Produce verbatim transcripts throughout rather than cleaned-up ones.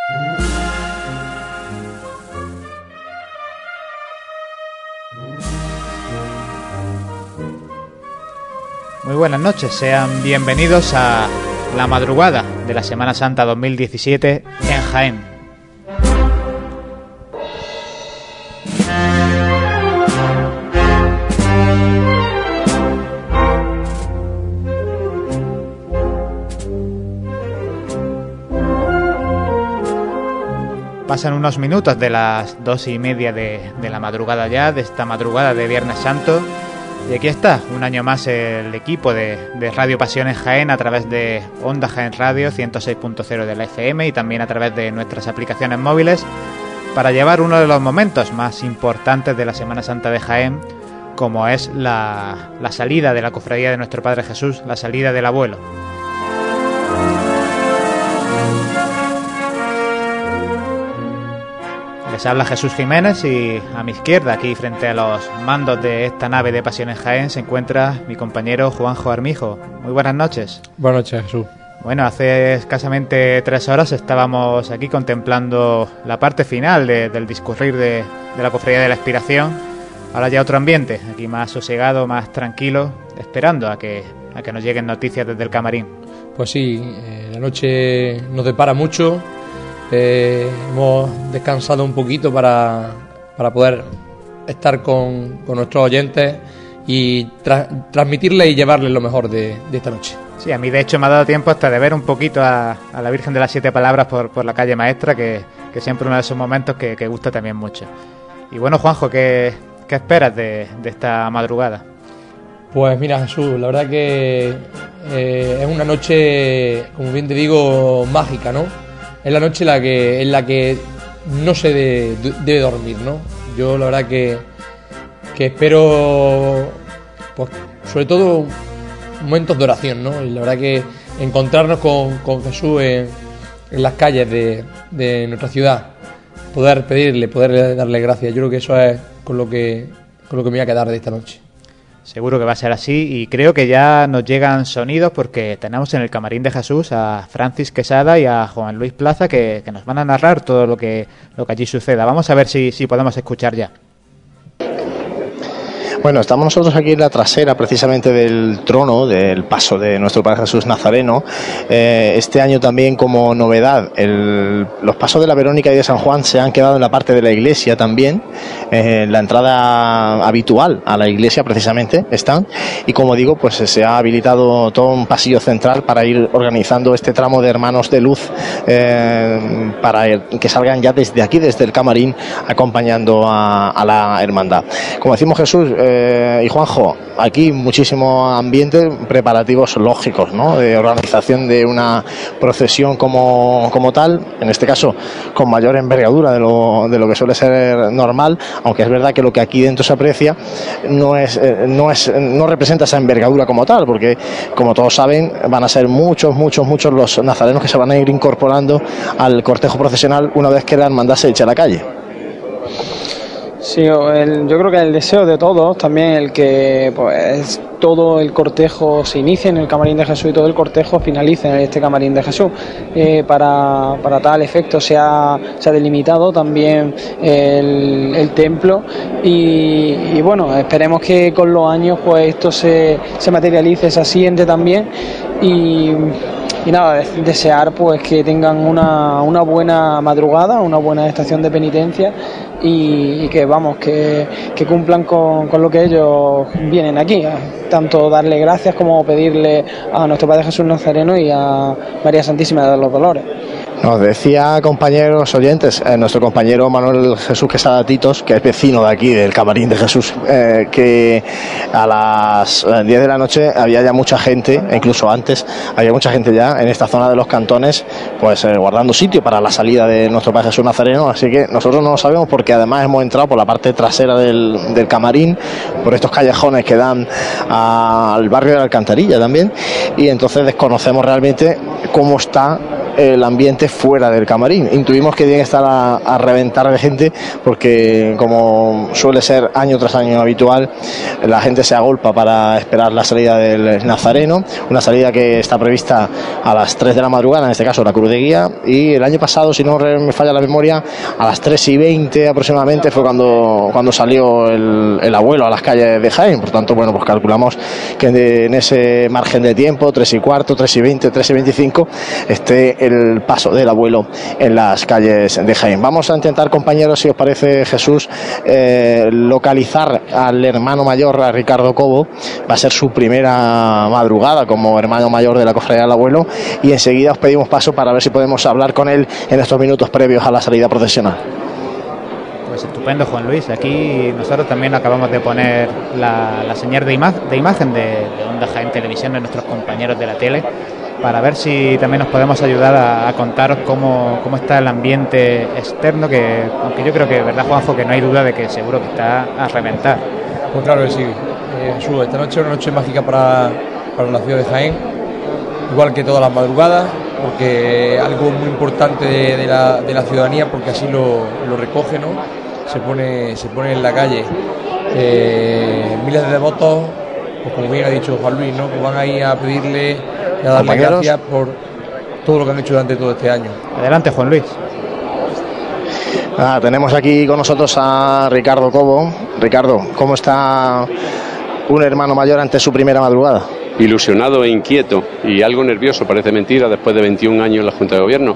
Muy buenas noches, sean bienvenidos a la madrugada de la Semana Santa dos mil diecisiete en Jaén. Pasan unos minutos de las dos y media de, de la madrugada ya, de esta madrugada de Viernes Santo. Y aquí está, un año más el equipo de, de Radio Pasiones Jaén a través de Onda Jaén Radio ciento seis punto cero de la F M y también a través de nuestras aplicaciones móviles para llevar uno de los momentos más importantes de la Semana Santa de Jaén, como es la, la salida de la Cofradía de Nuestro Padre Jesús, la salida del Abuelo. Les habla Jesús Jiménez y a mi izquierda, aquí frente a los mandos de esta nave de Pasiones Jaén, se encuentra mi compañero Juanjo Armijo. Muy buenas noches. Buenas noches, Jesús. Bueno, hace escasamente tres horas estábamos aquí contemplando la parte final de, del discurrir de, de la Cofradía de la Expiración. Ahora ya otro ambiente, aquí más sosegado, más tranquilo, esperando a que, a que nos lleguen noticias desde el camarín. Pues sí, eh, la noche nos depara mucho. Eh, hemos descansado un poquito para, para poder estar con, con nuestros oyentes y tra- transmitirles y llevarles lo mejor de, de esta noche. Sí, a mí de hecho me ha dado tiempo hasta de ver un poquito a, a la Virgen de las Siete Palabras por, por la calle Maestra, que, que siempre uno de esos momentos que, que gusta también mucho. Y bueno, Juanjo, ¿qué, qué esperas de, de esta madrugada? Pues mira, Jesús, la verdad que eh, es una noche, como bien te digo, mágica, ¿no? Es la noche en la que, en la que no se de, debe dormir, ¿no? Yo la verdad que, que espero, pues, sobre todo, momentos de oración, ¿no? Y la verdad que encontrarnos con, con Jesús en, en las calles de, de nuestra ciudad, poder pedirle, poder darle gracias, yo creo que eso es con lo que, con lo que me voy a quedar de esta noche. Seguro que va a ser así y creo que ya nos llegan sonidos porque tenemos en el camarín de Jesús a Francis Quesada y a Juan Luis Plaza que, que nos van a narrar todo lo que, lo que allí suceda. Vamos a ver si, si podemos escuchar ya. Bueno, estamos nosotros aquí en la trasera precisamente del trono, del paso de nuestro Padre Jesús Nazareno. Eh, este año también como novedad, el, los pasos de la Verónica y de San Juan se han quedado en la parte de la iglesia también. Eh, la entrada habitual a la iglesia precisamente están. Y como digo, pues se ha habilitado todo un pasillo central para ir organizando este tramo de hermanos de luz eh, para que salgan ya desde aquí, desde el camarín, acompañando a, a la hermandad. Como decimos Jesús, eh, y Juanjo, aquí muchísimo ambiente, preparativos lógicos, ¿no? De organización de una procesión como, como tal, en este caso con mayor envergadura de lo, de lo que suele ser normal, aunque es verdad que lo que aquí dentro se aprecia no es, no es, no representa esa envergadura como tal, porque como todos saben van a ser muchos, muchos, muchos los nazarenos que se van a ir incorporando al cortejo procesional una vez que la hermandad se eche a la calle. Sí, el, yo creo que el deseo de todos, también el que pues todo el cortejo se inicie en el camarín de Jesús y todo el cortejo finalice en este camarín de Jesús. Eh, para, para tal efecto se ha, se ha delimitado también el, el templo y, y bueno, esperemos que con los años pues esto se, se materialice, se asiente también y... Y nada, desear pues que tengan una, una buena madrugada, una buena estación de penitencia y, y que vamos, que, que cumplan con, con lo que ellos vienen aquí, tanto darle gracias como pedirle a nuestro Padre Jesús Nazareno y a María Santísima de los Dolores. Nos decía, compañeros oyentes, eh, nuestro compañero Manuel Jesús Quesada Titos, que es vecino de aquí, del camarín de Jesús, eh, que a las diez de la noche había ya mucha gente, incluso antes, había mucha gente ya en esta zona de los cantones, pues eh, guardando sitio para la salida de nuestro Padre Jesús Nazareno, así que nosotros no lo sabemos porque además hemos entrado por la parte trasera del, del camarín, por estos callejones que dan a, al barrio de la Alcantarilla también, y entonces desconocemos realmente cómo está el ambiente fuera del camarín. Intuimos que tiene que estar a, a reventar de gente, porque como suele ser año tras año habitual, la gente se agolpa para esperar la salida del Nazareno, una salida que está prevista a las tres de la madrugada, en este caso la cruz de guía, y el año pasado, si no me falla la memoria, a las tres y veinte aproximadamente fue cuando, cuando salió el, el abuelo a las calles de Jaén. Por tanto, bueno, pues calculamos que en ese margen de tiempo, tres y cuarto, tres y veinte, tres y veinticinco, esté el paso del abuelo en las calles de Jaén. Vamos a intentar, compañeros, si os parece, Jesús, eh, localizar al hermano mayor, a Ricardo Cobo. Va a ser su primera madrugada como hermano mayor de la Cofradía del Abuelo, y enseguida os pedimos paso para ver si podemos hablar con él en estos minutos previos a la salida procesional. Pues estupendo, Juan Luis. Aquí nosotros también acabamos de poner la, la señal de, ima de imagen de, de Onda Jaén Televisión de nuestros compañeros de la tele, para ver si también nos podemos ayudar a, a contaros cómo, cómo está el ambiente externo, que aunque yo creo que, ¿verdad, Juanjo?, que no hay duda de que seguro que está a reventar. Pues claro que sí. Eh, Jesús, esta noche es una noche mágica para, para la ciudad de Jaén, igual que todas las madrugadas, porque algo muy importante de, de, la, de la ciudadanía, porque así lo, lo recoge, ¿no? Se pone, se pone en la calle. Eh, miles de devotos, pues como bien ha dicho Juan Luis, ¿no?, que van ahí a pedirle y a darle gracias por todo lo que han hecho durante todo este año. Adelante, Juan Luis. Ah, tenemos aquí con nosotros a Ricardo Cobo. Ricardo, ¿cómo está un hermano mayor ante su primera madrugada? Ilusionado e inquieto y algo nervioso, parece mentira, después de veintiún años en la Junta de Gobierno,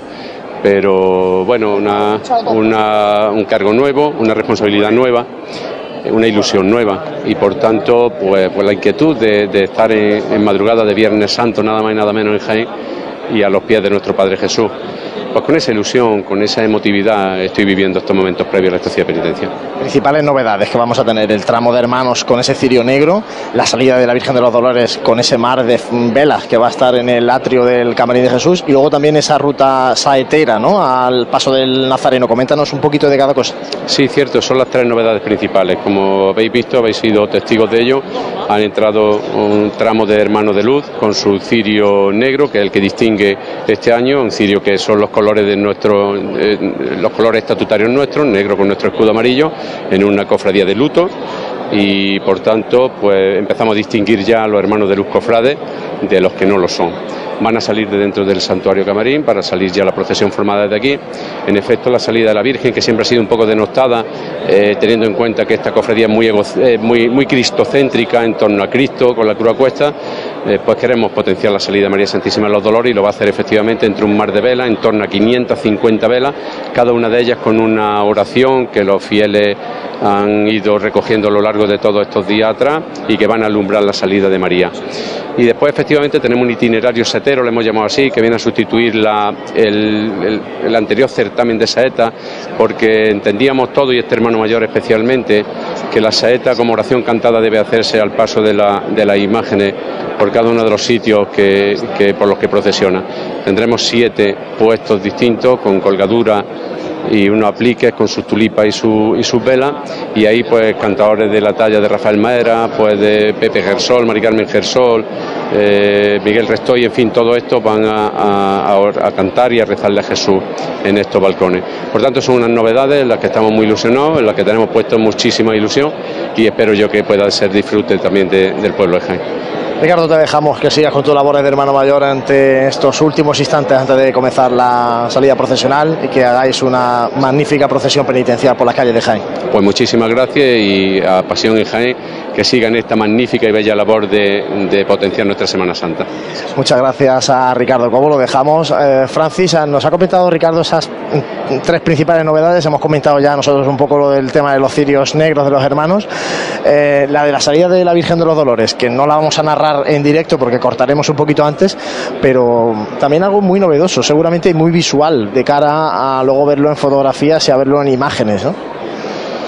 pero bueno, una, una, un cargo nuevo, una responsabilidad nueva, una ilusión nueva, y por tanto pues, pues la inquietud de, de estar en, en madrugada de Viernes Santo, nada más y nada menos, en Jaén, y a los pies de nuestro Padre Jesús. Pues con esa ilusión, con esa emotividad estoy viviendo estos momentos previos a la estación de penitencia. Principales novedades que vamos a tener: el tramo de hermanos con ese cirio negro, la salida de la Virgen de los Dolores con ese mar de velas que va a estar en el atrio del Camarín de Jesús, y luego también esa ruta saetera, ¿no?, al paso del Nazareno. Coméntanos un poquito de cada cosa. Sí, cierto, son las tres novedades principales. Como habéis visto, habéis sido testigos de ello. Han entrado un tramo de hermanos de luz con su cirio negro, que es el que distingue este año, un cirio que son los colores de nuestro, eh, los colores estatutarios nuestros, negro con nuestro escudo amarillo, en una cofradía de luto, y por tanto pues empezamos a distinguir ya a los hermanos de luz cofrades de los que no lo son. Van a salir de dentro del santuario Camarín para salir ya la procesión formada desde aquí. En efecto, la salida de la Virgen, que siempre ha sido un poco denostada, eh, teniendo en cuenta que esta cofradía es muy, ego, eh, muy, muy cristocéntrica, en torno a Cristo, con la cruz a cuesta, eh, pues queremos potenciar la salida de María Santísima de los Dolores, y lo va a hacer efectivamente entre un mar de velas, en torno a quinientas cincuenta velas, cada una de ellas con una oración que los fieles han ido recogiendo a lo largo de todos estos días atrás, y que van a alumbrar la salida de María. Y después efectivamente tenemos un itinerario saetero, le hemos llamado así, que viene a sustituir la, el, el, el anterior certamen de saeta, porque entendíamos todo, y este hermano mayor especialmente, que la saeta como oración cantada debe hacerse al paso de, la, de las imágenes por cada uno de los sitios que, que, por los que procesiona. Tendremos siete puestos distintos con colgadura y unos apliques con sus tulipas y, su, y sus velas, y ahí pues cantadores de la talla de Rafael Maera, pues de Pepe Gersol, Mari Carmen Gersol, eh, Miguel Restoy, en fin, todo esto van a, a, a cantar y a rezarle a Jesús en estos balcones. Por tanto, son unas novedades en las que estamos muy ilusionados, en las que tenemos puesto muchísima ilusión, y espero yo que pueda ser disfrute también de, del pueblo de Jaén. Ricardo, te dejamos que sigas con tus labores de hermano mayor ante estos últimos instantes antes de comenzar la salida procesional, y que hagáis una magnífica procesión penitencial por las calles de Jaén. Pues muchísimas gracias, y a Pasión en Jaén que sigan esta magnífica y bella labor de, de potenciar nuestra Semana Santa. Muchas gracias a Ricardo Cobo, lo dejamos. Eh, Francis, nos ha comentado Ricardo esas tres principales novedades. Hemos comentado ya nosotros un poco lo del tema de los cirios negros de los hermanos, eh, la de la salida de la Virgen de los Dolores, que no la vamos a narrar en directo porque cortaremos un poquito antes, pero también algo muy novedoso, seguramente muy visual, de cara a luego verlo en fotografías y a verlo en imágenes, ¿no?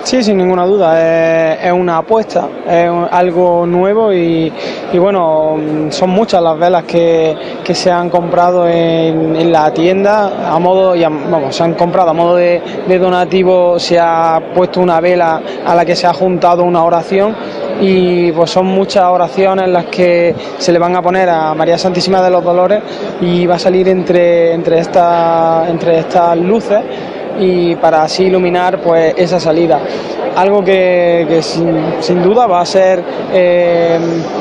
Sí, sin ninguna duda, es, es una apuesta, es un, algo nuevo y, y bueno, son muchas las velas que, que se han comprado en, en la tienda a modo, y a, vamos, se han comprado a modo de, de donativo, se ha puesto una vela a la que se ha juntado una oración y pues son muchas oraciones las que se le van a poner a María Santísima de los Dolores y va a salir entre, entre, esta, entre estas luces y para así iluminar pues esa salida, algo que, que sin, sin duda va a ser eh,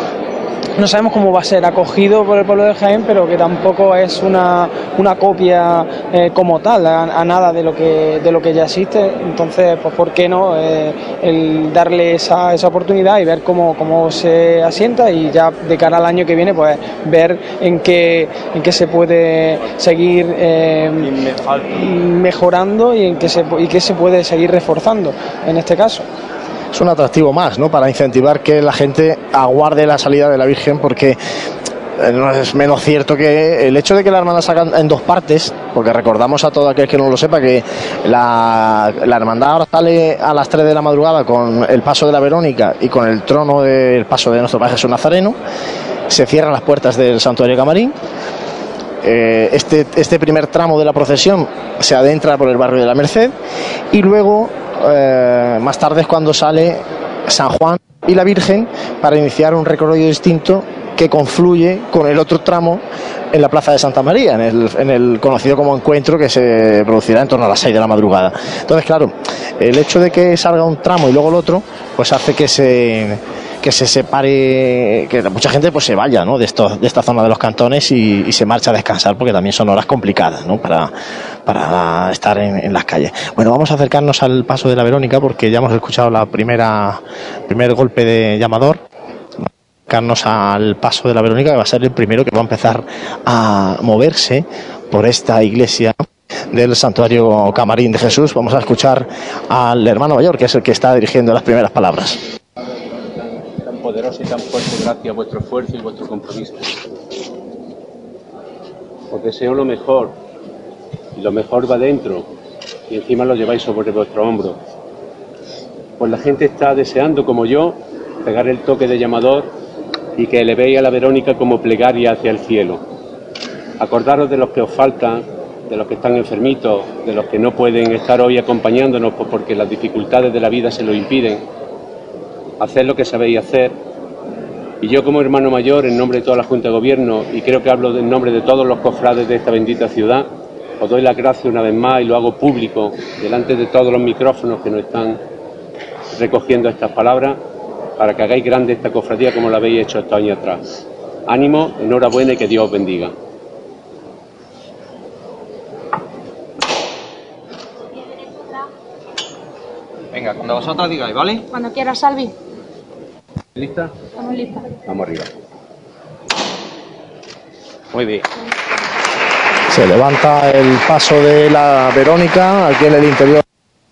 no sabemos cómo va a ser acogido por el pueblo de Jaén, pero que tampoco es una, una copia eh, como tal a, a nada de lo que de lo que ya existe. Entonces, pues por qué no eh, el darle esa, esa oportunidad y ver cómo, cómo se asienta y ya de cara al año que viene pues ver en qué en qué se puede seguir eh, mejorando y en qué se y qué se puede seguir reforzando en este caso. Es un atractivo más, ¿no?, para incentivar que la gente aguarde la salida de la Virgen, porque no es menos cierto que el hecho de que la hermandad salga en dos partes, porque recordamos a todo aquel que no lo sepa que la, la hermandad ahora sale a las tres de la madrugada con el paso de la Verónica y con el trono del paso de nuestro Padre Jesús Nazareno, se cierran las puertas del Santuario Camarín. Eh, este, este primer tramo de la procesión se adentra por el barrio de la Merced y luego eh, más tarde es cuando sale San Juan y la Virgen para iniciar un recorrido distinto que confluye con el otro tramo en la Plaza de Santa María, en el, en el conocido como encuentro que se producirá en torno a las seis de la madrugada. Entonces, claro, el hecho de que salga un tramo y luego el otro pues hace que se que se separe, que mucha gente pues se vaya, ¿no?, de esto, de esta zona de los cantones y, y se marcha a descansar, porque también son horas complicadas, ¿no?, para, para estar en, en las calles. Bueno, vamos a acercarnos al paso de la Verónica porque ya hemos escuchado la primera primer golpe de llamador. Acercarnos al paso de la Verónica, que va a ser el primero que va a empezar a moverse por esta iglesia del Santuario Camarín de Jesús. Vamos a escuchar al hermano mayor, que es el que está dirigiendo las primeras palabras. Poderosa y tan fuerte gracias a vuestro esfuerzo y vuestro compromiso. Os deseo lo mejor, y lo mejor va dentro, y encima lo lleváis sobre vuestro hombro. Pues la gente está deseando, como yo, pegar el toque de llamador y que elevéis a la Verónica como plegaria hacia el cielo. Acordaros de los que os faltan, de los que están enfermitos, de los que no pueden estar hoy acompañándonos pues porque las dificultades de la vida se lo impiden. Haced lo que sabéis hacer, y yo como hermano mayor, en nombre de toda la Junta de Gobierno, y creo que hablo en nombre de todos los cofrades de esta bendita ciudad, os doy las gracias una vez más y lo hago público, delante de todos los micrófonos que nos están recogiendo estas palabras, para que hagáis grande esta cofradía como la habéis hecho estos años atrás. Ánimo, enhorabuena y que Dios os bendiga. Venga, cuando vosotros digáis, ¿vale? Cuando quieras, Salvi. ¿Lista? Estamos listas. Vamos arriba. Muy bien. Se levanta el paso de la Verónica aquí en el interior.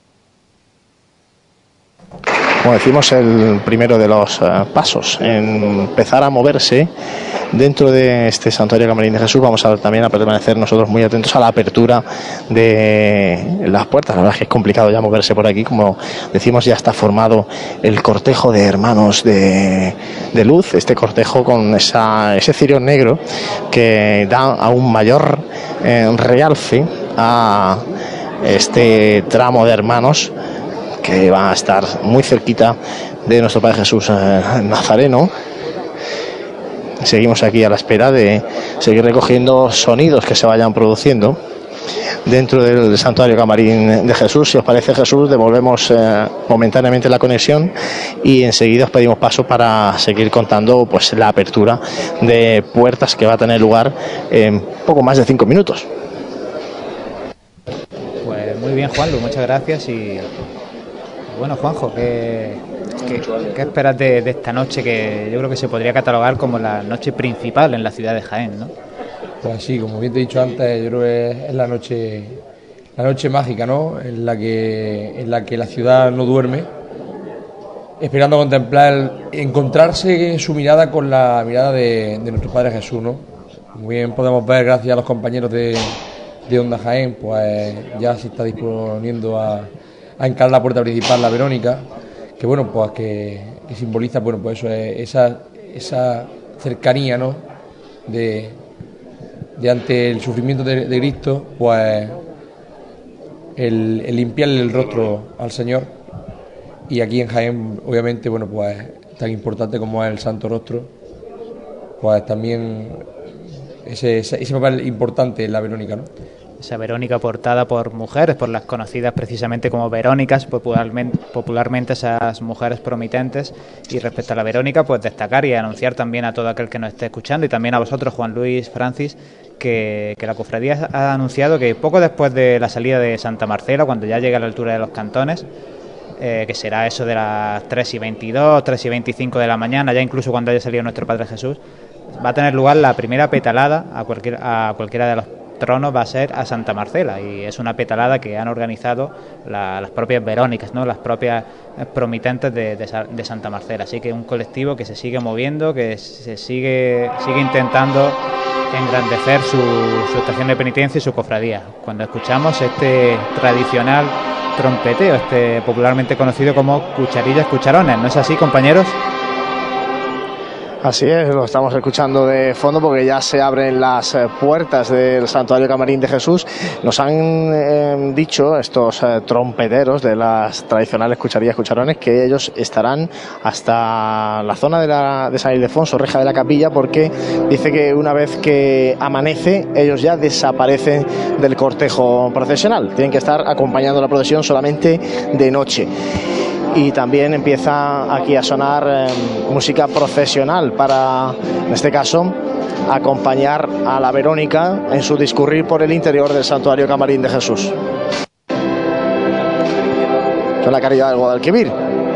Como decimos, el primero de los uh, pasos en empezar a moverse dentro de este Santuario Camarín de Jesús. Vamos a también a permanecer nosotros muy atentos a la apertura de las puertas. La verdad es que es complicado ya moverse por aquí. Como decimos, ya está formado el cortejo de hermanos de, de luz, este cortejo con esa, ese cirio negro que da aún mayor eh, realce a este tramo de hermanos que va a estar muy cerquita de nuestro Padre Jesús eh, Nazareno. Seguimos aquí a la espera de seguir recogiendo sonidos que se vayan produciendo dentro del Santuario Camarín de Jesús. Si os parece, Jesús, devolvemos eh, momentáneamente la conexión y enseguida os pedimos paso para seguir contando pues la apertura de puertas que va a tener lugar en poco más de cinco minutos. Pues muy bien, Juanlu, muchas gracias. Y bueno, Juanjo, ¿qué, qué, qué esperas de, de esta noche que yo creo que se podría catalogar como la noche principal en la ciudad de Jaén, ¿no? Pues sí, como bien te he dicho antes, yo creo que es la noche, la noche mágica, ¿no? En la que, en la que la ciudad no duerme, esperando contemplar, encontrarse su mirada con la mirada de, de nuestro Padre Jesús, ¿no? Como bien podemos ver, gracias a los compañeros de, de Onda Jaén, pues ya se está disponiendo a a encarar la puerta principal, la Verónica, que bueno, pues que, que simboliza, bueno, pues eso, esa, esa cercanía, ¿no? De, de ante el sufrimiento de, de Cristo, pues el, el limpiarle el rostro al Señor. Y aquí en Jaén, obviamente, bueno, pues tan importante como es el Santo Rostro, pues también ese, ese, ese papel importante en la Verónica, ¿no? Esa Verónica portada por mujeres, por las conocidas precisamente como Verónicas, popularmente, popularmente esas mujeres promitentes. Y respecto a la Verónica, pues destacar y anunciar también a todo aquel que nos esté escuchando y también a vosotros, Juan Luis, Francis, que, que la cofradía ha anunciado que poco después de la salida de Santa Marcela, cuando ya llegue a la altura de los cantones, eh, que será eso de las tres y veintidós, tres y veinticinco de la mañana, ya incluso cuando haya salido nuestro Padre Jesús, va a tener lugar la primera petalada a, cualquier, a cualquiera de los tronos, va a ser a Santa Marcela, y es una petalada que han organizado la, las propias Verónicas, ¿no? Las propias promitentes de, de, de Santa Marcela. Así que un colectivo que se sigue moviendo, que se sigue, sigue intentando engrandecer su, su estación de penitencia y su cofradía. Cuando escuchamos este tradicional trompeteo, este popularmente conocido como cucharillas, cucharones, ¿no es así, compañeros? Así es, lo estamos escuchando de fondo porque ya se abren las puertas del Santuario Camarín de Jesús. Nos han eh, dicho estos eh, trompeteros de las tradicionales cucharillas cucharones que ellos estarán hasta la zona de, la, de San Ildefonso, reja de la capilla, porque dice que una vez que amanece ellos ya desaparecen del cortejo procesional. Tienen que estar acompañando la procesión solamente de noche. Y también empieza aquí a sonar eh, música procesional para, en este caso, acompañar a la Verónica en su discurrir por el interior del Santuario Camarín de Jesús. Son la Caridad del Guadalquivir.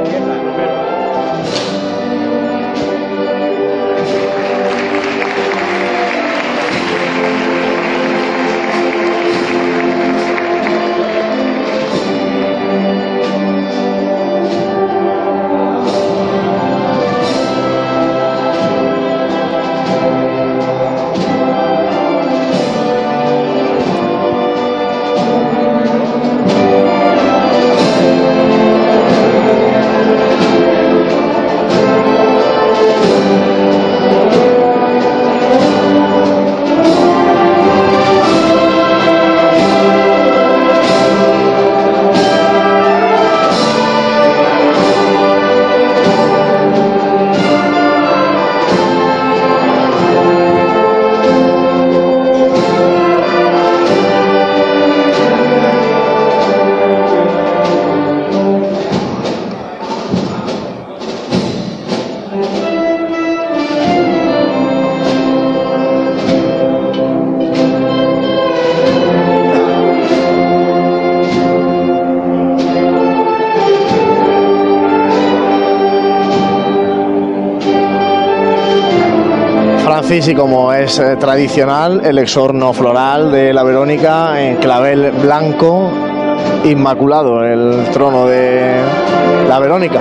Y como es eh, tradicional, el exorno floral de la Verónica en clavel blanco inmaculado, el trono de la Verónica.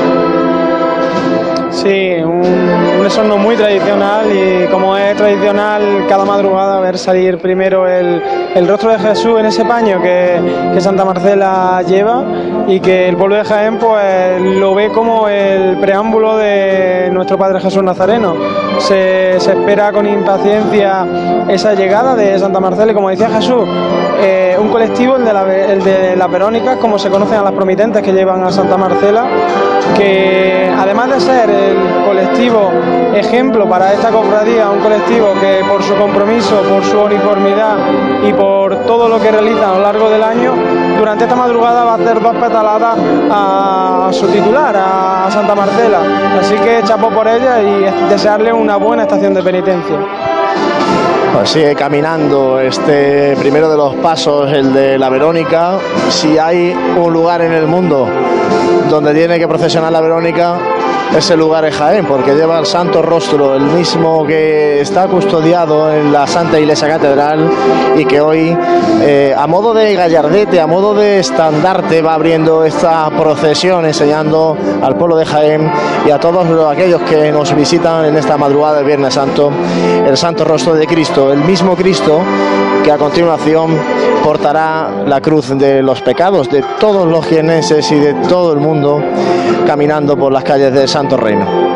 Sí, un, un exorno muy tradicional, y como es tradicional cada madrugada ver salir primero el, el rostro de Jesús en ese paño que, que Santa Marcela lleva, y que el pueblo de Jaén pues lo ve como el preámbulo de nuestro Padre Jesús Nazareno. Se, se espera con impaciencia esa llegada de Santa Marcela, y como decía Jesús, eh, un colectivo, el de, la, el de las Verónicas, como se conocen a las promitentes que llevan a Santa Marcela, que además de ser el colectivo ejemplo para esta cofradía, un colectivo que por su compromiso, por su uniformidad y por todo lo que realiza a lo largo del año, durante esta madrugada va a hacer dos petaladas a su titular, a Santa Marcela. Así que chapó por ella y desearle una buena estación de penitencia. Pues sigue caminando este primero de los pasos, el de la Verónica. Si hay un lugar en el mundo donde tiene que procesionar la Verónica, ese lugar en Jaén, porque lleva el Santo Rostro, el mismo que está custodiado en la Santa Iglesia Catedral y que hoy, eh, a modo de gallardete, a modo de estandarte, va abriendo esta procesión, enseñando al pueblo de Jaén y a todos los, aquellos que nos visitan en esta madrugada del Viernes Santo, el Santo Rostro de Cristo, el mismo Cristo que a continuación portará la cruz de los pecados de todos los jienenses y de todo el mundo, caminando por las calles del Santo Reino.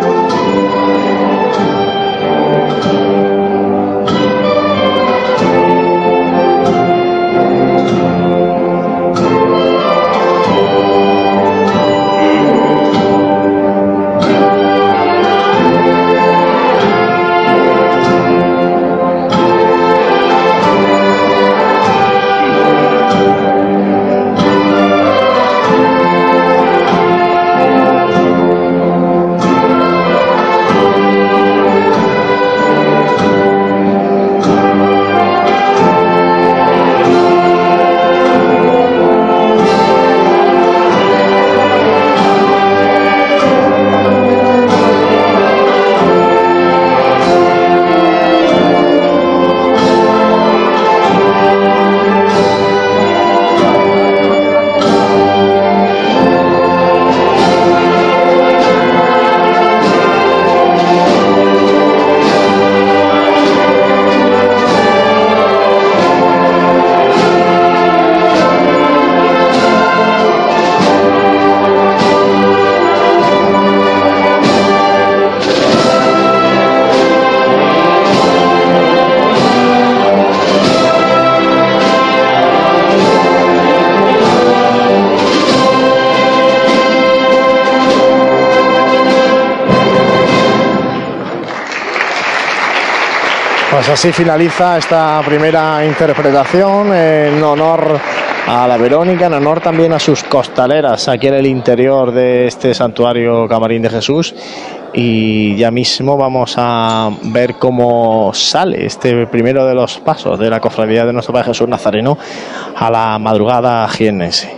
Pues así finaliza esta primera interpretación en honor a la Verónica, en honor también a sus costaleras aquí en el interior de este santuario Camarín de Jesús. Y ya mismo vamos a ver cómo sale este primero de los pasos de la cofradía de nuestro Padre Jesús Nazareno a la madrugada jiennense.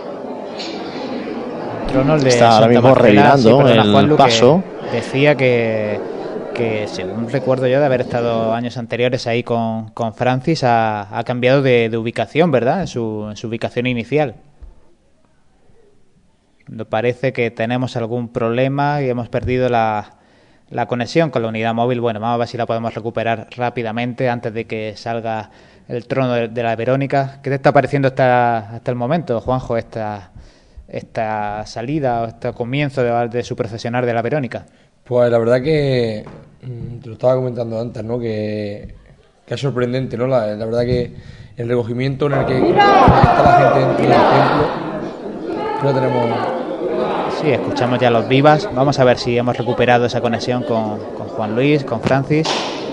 Está ahora mismo revirando sí, el Juan, paso. Decía que que según recuerdo yo de haber estado años anteriores ahí con, con Francis, ha, ha cambiado de, de ubicación, ¿verdad? En su, en su ubicación inicial. Me parece que tenemos algún problema y hemos perdido la, la conexión con la unidad móvil. Bueno, vamos a ver si la podemos recuperar rápidamente antes de que salga el trono de, de la Verónica. ¿Qué te está pareciendo hasta, hasta el momento, Juanjo, esta, esta salida o este comienzo de, de su procesionar de la Verónica? Pues la verdad que te lo estaba comentando antes, ¿no? Que, que es sorprendente, ¿no? La, la verdad que el recogimiento en el que está la gente dentro del templo, que lo tenemos. Sí, escuchamos ya los vivas. Vamos a ver si hemos recuperado esa conexión con, con Juan Luis, con Francis.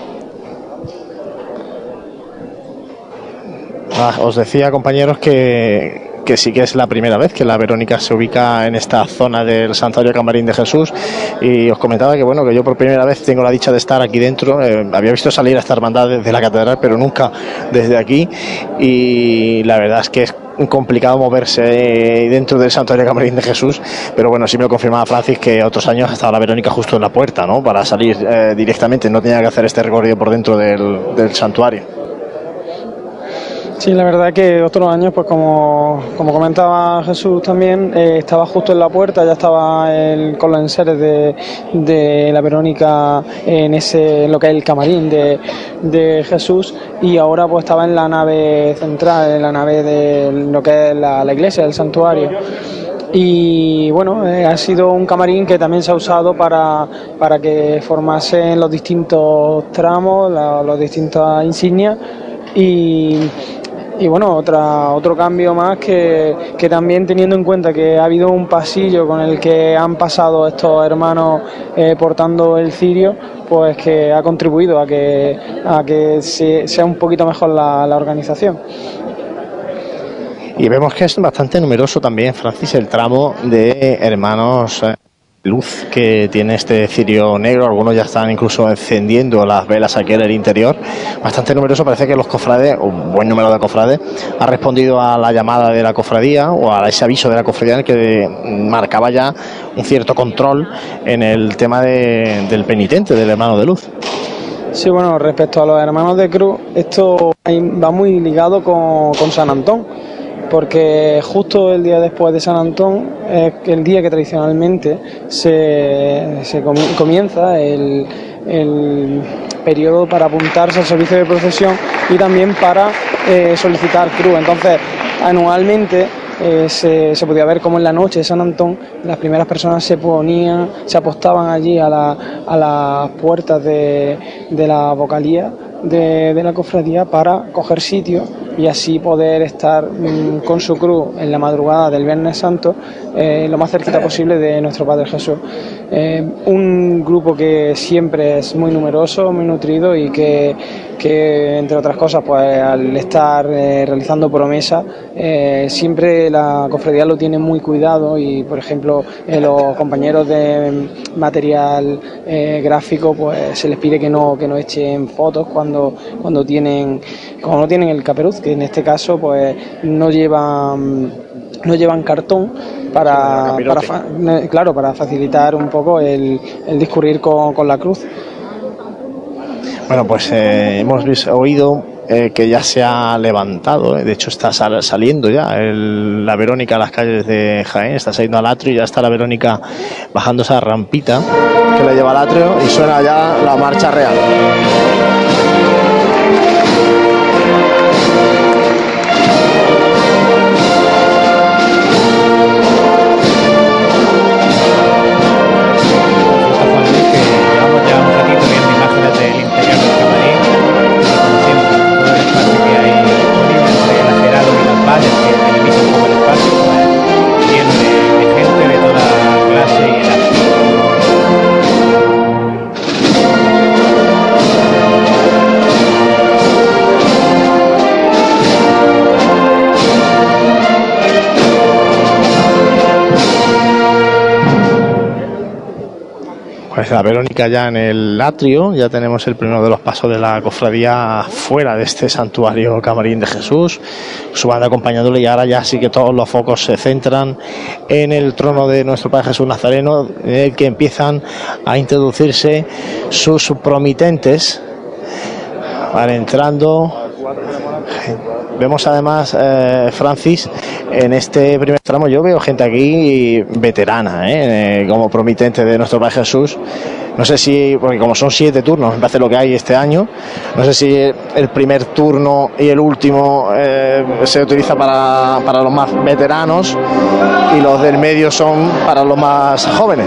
Ah, os decía, compañeros, que que sí que es la primera vez que la Verónica se ubica en esta zona del Santuario Camarín de Jesús, y os comentaba que bueno, que yo por primera vez tengo la dicha de estar aquí dentro. Eh, había visto salir a esta hermandad desde la catedral, pero nunca desde aquí, y la verdad es que es complicado moverse dentro del Santuario Camarín de Jesús, pero bueno, sí me lo confirmaba Francis que otros años estaba la Verónica justo en la puerta, ¿no? Para salir eh, directamente, no tenía que hacer este recorrido por dentro del, del santuario. Sí, la verdad que otros años, pues como, como comentaba Jesús también, eh, estaba justo en la puerta, ya estaba el, con los enseres de, de la Verónica en ese, en lo que es el camarín de, de Jesús, y ahora pues estaba en la nave central, en la nave de lo que es la, la iglesia, el santuario. Y bueno, eh, ha sido un camarín que también se ha usado para, para que formasen los distintos tramos, la, los distintas insignias, y Y bueno, otra, otro cambio más que, que también teniendo en cuenta que ha habido un pasillo con el que han pasado estos hermanos eh, portando el cirio, pues que ha contribuido a que, a que se, sea un poquito mejor la, la organización. Y vemos que es bastante numeroso también, Francis, el tramo de hermanos luz que tiene este cirio negro. Algunos ya están incluso encendiendo las velas aquí en el interior, bastante numeroso. Parece que los cofrades, un buen número de cofrades, ha respondido a la llamada de la cofradía o a ese aviso de la cofradía en el que marcaba ya un cierto control en el tema de, del penitente, del hermano de luz. Sí, bueno, respecto a los hermanos de cruz, esto va muy ligado con, con San Antón, porque justo el día después de San Antón es el día que tradicionalmente se, se comienza el, el periodo para apuntarse al servicio de procesión y también para eh, solicitar cruz. Entonces, anualmente Eh, se, se podía ver como en la noche de San Antón las primeras personas se ponían, se apostaban allí a, la, a las puertas de, de la vocalía de, de la cofradía para coger sitio y así poder estar mmm, con su cruz en la madrugada del Viernes Santo eh, lo más cerquita posible de nuestro Padre Jesús. Eh, un grupo que siempre es muy numeroso, muy nutrido y que, que entre otras cosas, pues al estar eh, realizando promesas, eh, siempre la cofradía lo tiene muy cuidado y, por ejemplo, eh, los compañeros de material eh, gráfico, pues se les pide que no que no echen fotos cuando cuando tienen cuando no tienen el caperuz, que en este caso pues no llevan no llevan cartón para, para fa, claro para facilitar un poco el, el discurrir con, con la cruz. Bueno, pues eh, hemos visto, oído eh, que ya se ha levantado, eh, de hecho está sal, saliendo ya el, la Verónica a las calles de Jaén, está saliendo al atrio y ya está la Verónica bajando esa rampita que la lleva al atrio y suena ya la marcha real. Pues la Verónica ya en el atrio, ya tenemos el primero de los pasos de la cofradía fuera de este santuario Camarín de Jesús, su banda acompañándole, y ahora ya sí que todos los focos se centran en el trono de nuestro Padre Jesús Nazareno, en el que empiezan a introducirse sus promitentes. Van entrando. Vemos además, eh, Francis, en este primer tramo yo veo gente aquí veterana, ¿eh? como promitente de nuestro Padre Jesús. No sé si, porque como son siete turnos, me parece lo que hay este año, no sé si el primer turno y el último eh, se utiliza para, para los más veteranos y los del medio son para los más jóvenes.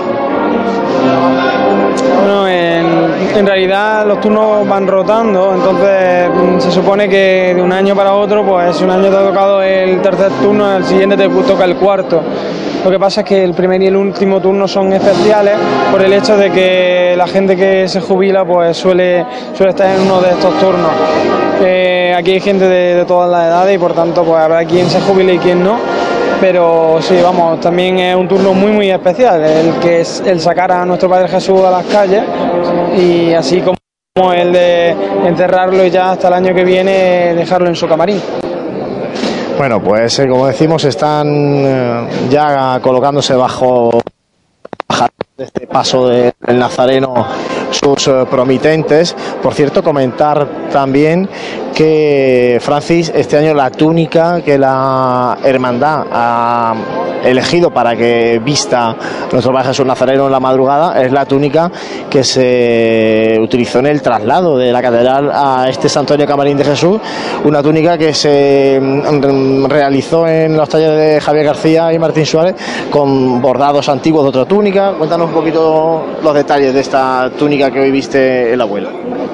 Bueno, en, en realidad los turnos van rotando, entonces se supone que de un año para otro, pues si un año te ha tocado el tercer turno, el siguiente te toca el cuarto. Lo que pasa es que el primer y el último turno son especiales por el hecho de que la gente que se jubila pues suele, suele estar en uno de estos turnos. Eh, aquí hay gente de, de todas las edades y por tanto pues habrá quien se jubile y quien no. Pero sí, vamos, también es un turno muy muy especial, el que es el sacar a nuestro Padre Jesús a las calles y así como el de enterrarlo y ya hasta el año que viene dejarlo en su camarín. Bueno, pues eh, como decimos, están eh, ya colocándose bajo este paso del Nazareno sus eh, promitentes. Por cierto, comentar también que, Francis, este año la túnica que la hermandad ha elegido para que vista nuestro Padre Jesús Nazareno en la madrugada es la túnica que se utilizó en el traslado de la catedral a este santuario Camarín de Jesús, una túnica que se realizó en los talleres de Javier García y Martín Suárez con bordados antiguos de otra túnica. Cuéntanos un poquito los detalles de esta túnica que hoy viste el abuelo.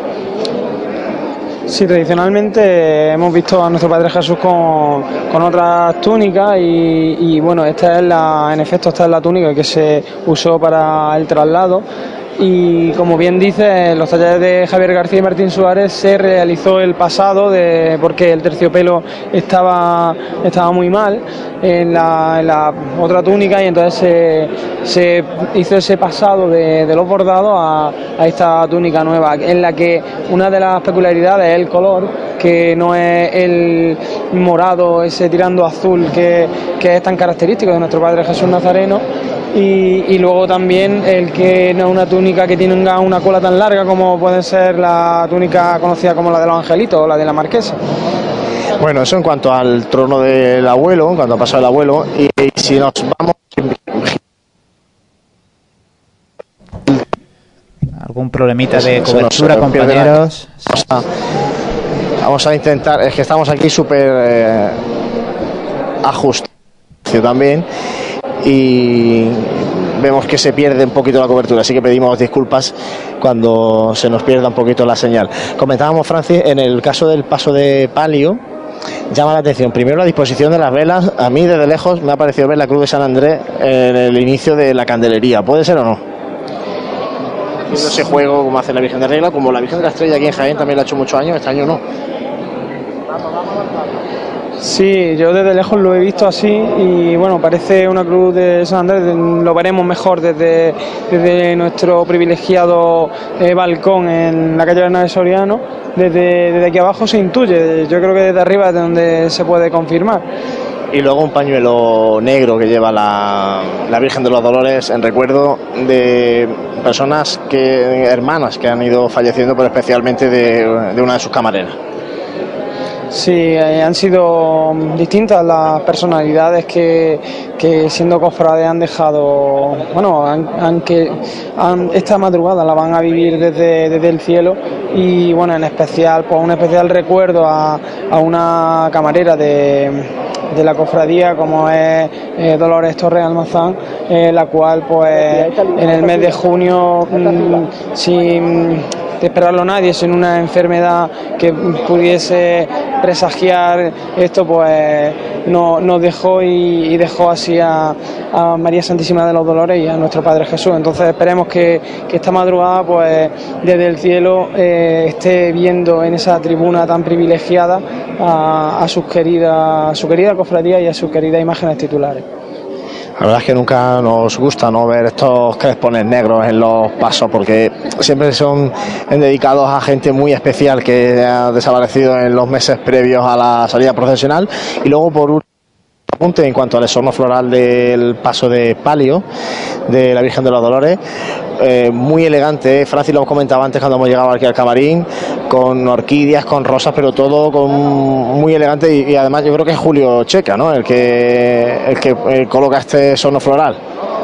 Sí, tradicionalmente hemos visto a nuestro Padre Jesús con, con otras túnicas y, y bueno, esta es la, en efecto esta es la túnica que se usó para el traslado. Y como bien dice, en los talleres de Javier García y Martín Suárez se realizó el pasado de, porque el terciopelo estaba, estaba muy mal en la, en la otra túnica, y entonces se, se hizo ese pasado de, de los bordados a, a esta túnica nueva, en la que una de las peculiaridades es el color, que no es el morado ese tirando azul que, que es tan característico de nuestro Padre Jesús Nazareno. Y, y luego también el que no es una túnica que tenga una cola tan larga como puede ser la túnica conocida como la de los angelitos o la de la marquesa. Bueno, eso en cuanto al trono del abuelo, en cuanto a paso del abuelo. Y, y si nos vamos... ¿Algún problemita de Eso cobertura, nos pierde la- compañeros? Vamos a, vamos a intentar, es que estamos aquí súper eh, ajustados también, y vemos que se pierde un poquito la cobertura, así que pedimos disculpas cuando se nos pierda un poquito la señal. Comentábamos, Francis, en el caso del paso de palio, llama la atención primero la disposición de las velas. A mí desde lejos me ha parecido ver la cruz de San Andrés en el inicio de la candelería. ¿Puede ser o no? Ese juego como hace la Virgen de Regla, como la Virgen de la Estrella aquí en Jaén también lo ha hecho muchos años, este año no. Sí, yo desde lejos lo he visto así y bueno, parece una cruz de San Andrés. Lo veremos mejor desde, desde nuestro privilegiado eh, balcón en la calle Bernabé Soriano. Desde, desde aquí abajo se intuye, yo creo que desde arriba es de donde se puede confirmar. Y luego un pañuelo negro que lleva la, la Virgen de los Dolores en recuerdo de personas, que hermanas que han ido falleciendo, pero especialmente de, de una de sus camareras. Sí, eh, han sido distintas las personalidades que, que siendo cofrades han dejado, bueno, han, han que, han, esta madrugada la van a vivir desde, desde el cielo, y bueno, en especial, pues un especial recuerdo a, a una camarera de, de la cofradía como es eh, Dolores Torres Almazán, eh, la cual pues en el mes de junio, mmm, sin de esperarlo nadie, sin una enfermedad que pudiese presagiar esto, pues no, nos dejó y, y dejó así a, a María Santísima de los Dolores y a nuestro Padre Jesús. Entonces esperemos que, que esta madrugada, pues desde el cielo eh, esté viendo en esa tribuna tan privilegiada a, a sus queridas, a su querida cofradía y a sus queridas imágenes titulares. La verdad es que nunca nos gusta no ver estos crespones negros en los pasos, porque siempre son dedicados a gente muy especial que ha desaparecido en los meses previos a la salida procesional. Y luego, por último, apunte en cuanto al exorno floral del paso de palio de la Virgen de los Dolores, eh, muy elegante. Francis lo comentaba antes cuando hemos llegado aquí al camarín, con orquídeas, con rosas, pero todo con muy elegante, y, y además yo creo que es Julio Checa, ¿no?, el que el que eh, coloca este exorno floral.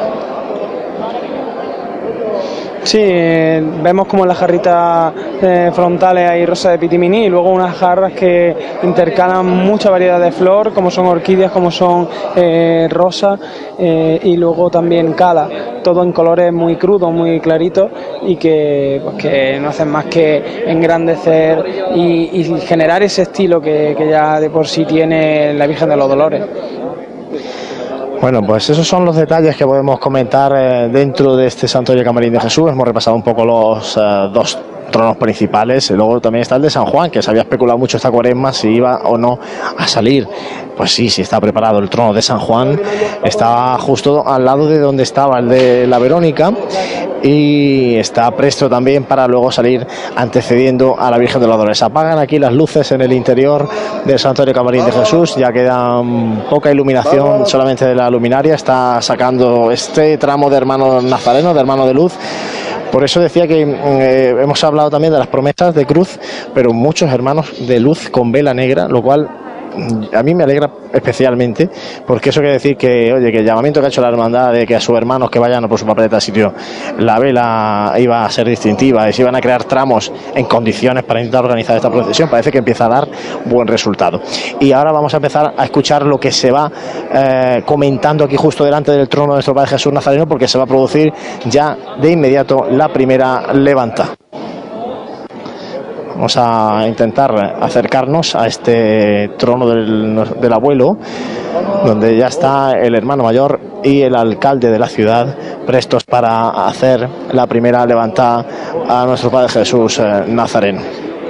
Sí, eh, vemos como en las jarritas eh, frontales hay rosas de pitiminí y luego unas jarras que intercalan mucha variedad de flor, como son orquídeas, como son eh, rosas, eh, y luego también cala, todo en colores muy crudos, muy claritos, y que, pues, que no hacen más que engrandecer y, y generar ese estilo que, que ya de por sí tiene la Virgen de los Dolores. Bueno, pues esos son los detalles que podemos comentar eh, dentro de este Santuario Camarín de Jesús. Hemos repasado un poco los eh, dos tronos principales, y luego también está el de San Juan, que se había especulado mucho esta cuaresma si iba o no a salir. Pues sí, sí está preparado el trono de San Juan, está justo al lado de donde estaba el de la Verónica, y está presto también para luego salir antecediendo a la Virgen de los Dolores. Apagan aquí las luces en el interior del Santuario Camarín de Jesús, ya queda poca iluminación solamente de la luminaria. Está sacando este tramo de hermano nazareno, de hermano de luz. Por eso decía que eh, hemos hablado también de las promesas de cruz, pero muchos hermanos de luz con vela negra, lo cual a mí me alegra especialmente, porque eso quiere decir que, oye, que el llamamiento que ha hecho la hermandad de que a sus hermanos que vayan por su papeleta de sitio la vela iba a ser distintiva y se iban a crear tramos en condiciones para intentar organizar esta procesión, parece que empieza a dar buen resultado. Y ahora vamos a empezar a escuchar lo que se va eh, comentando aquí justo delante del trono de nuestro Padre Jesús Nazareno, porque se va a producir ya de inmediato la primera levanta. Vamos a intentar acercarnos a este trono del, del abuelo, donde ya está el hermano mayor y el alcalde de la ciudad prestos para hacer la primera levantada a nuestro Padre Jesús eh, Nazareno.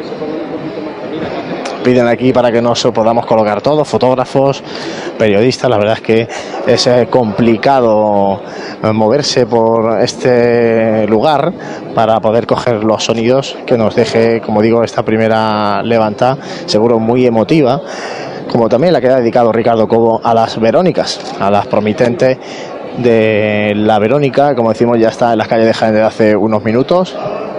Piden aquí para que nos podamos colocar todos, fotógrafos, periodistas. La verdad es que es eh, complicado moverse por este lugar para poder coger los sonidos que nos deje, como digo, esta primera levantada, seguro muy emotiva, como también la que ha dedicado Ricardo Cobo a las Verónicas, a las promitentes de la Verónica. Como decimos, ya está en las calles de Jaén desde hace unos minutos.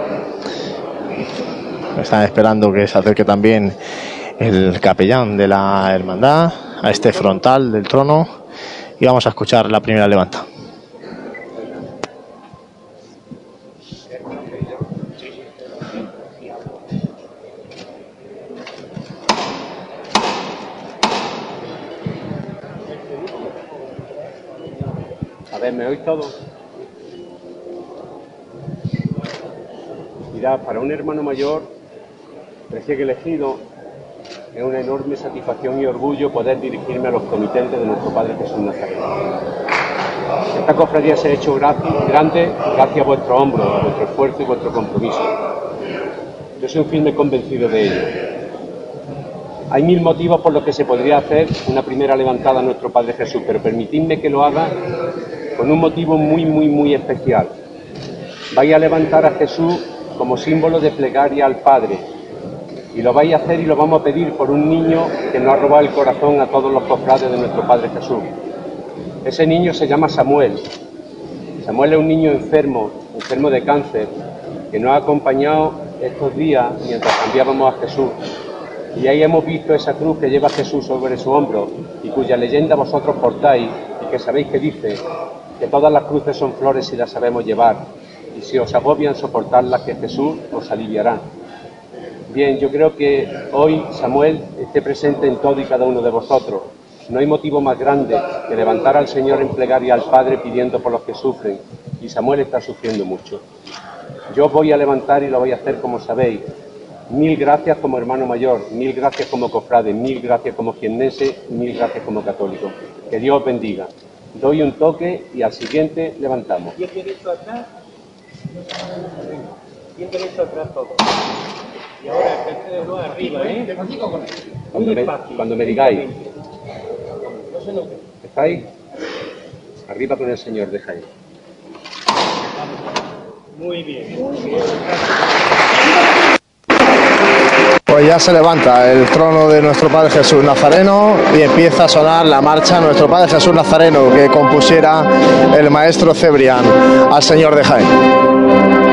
Están esperando que se acerque también el capellán de la hermandad a este frontal del trono y vamos a escuchar la primera levanta. A ver, ¿me oís todos? Mirad, para un hermano mayor recién elegido, es una enorme satisfacción y orgullo poder dirigirme a los comitentes de nuestro Padre Jesús Nazareno. Esta cofradía se ha hecho grande gracias a vuestro hombro, a vuestro esfuerzo y vuestro compromiso. Yo soy un firme convencido de ello. Hay mil motivos por los que se podría hacer una primera levantada a nuestro Padre Jesús, pero permitidme que lo haga con un motivo muy, muy, muy especial. Vais a levantar a Jesús como símbolo de plegaria al Padre, y lo vais a hacer y lo vamos a pedir por un niño que nos ha robado el corazón a todos los cofrades de nuestro Padre Jesús. Ese niño se llama Samuel. Samuel es un niño enfermo, enfermo de cáncer, que nos ha acompañado estos días mientras cambiábamos a Jesús. Y ahí hemos visto esa cruz que lleva Jesús sobre su hombro y cuya leyenda vosotros portáis y que sabéis que dice que todas las cruces son flores si las sabemos llevar, y si os agobian soportarlas, que Jesús os aliviará. Bien, yo creo que hoy Samuel esté presente en todo y cada uno de vosotros. No hay motivo más grande que levantar al Señor en plegaria al Padre pidiendo por los que sufren, y Samuel está sufriendo mucho. Yo voy a levantar y lo voy a hacer como sabéis. Mil gracias como hermano mayor, mil gracias como cofrade, mil gracias como jiennense, mil gracias como católico. Que Dios os bendiga. Doy un toque y al siguiente levantamos. ¿Quién derecho atrás? ¿Quién derecho atrás todo? Y ahora el tercer dedo arriba, ¿eh? Cuando me, cuando me digáis. ¿Estáis? Arriba con el Señor, dejáis. Muy bien. Pues ya se levanta el trono de nuestro Padre Jesús Nazareno y empieza a sonar la marcha Nuestro Padre Jesús Nazareno que compusiera el maestro Cebrián al Señor de Jaén.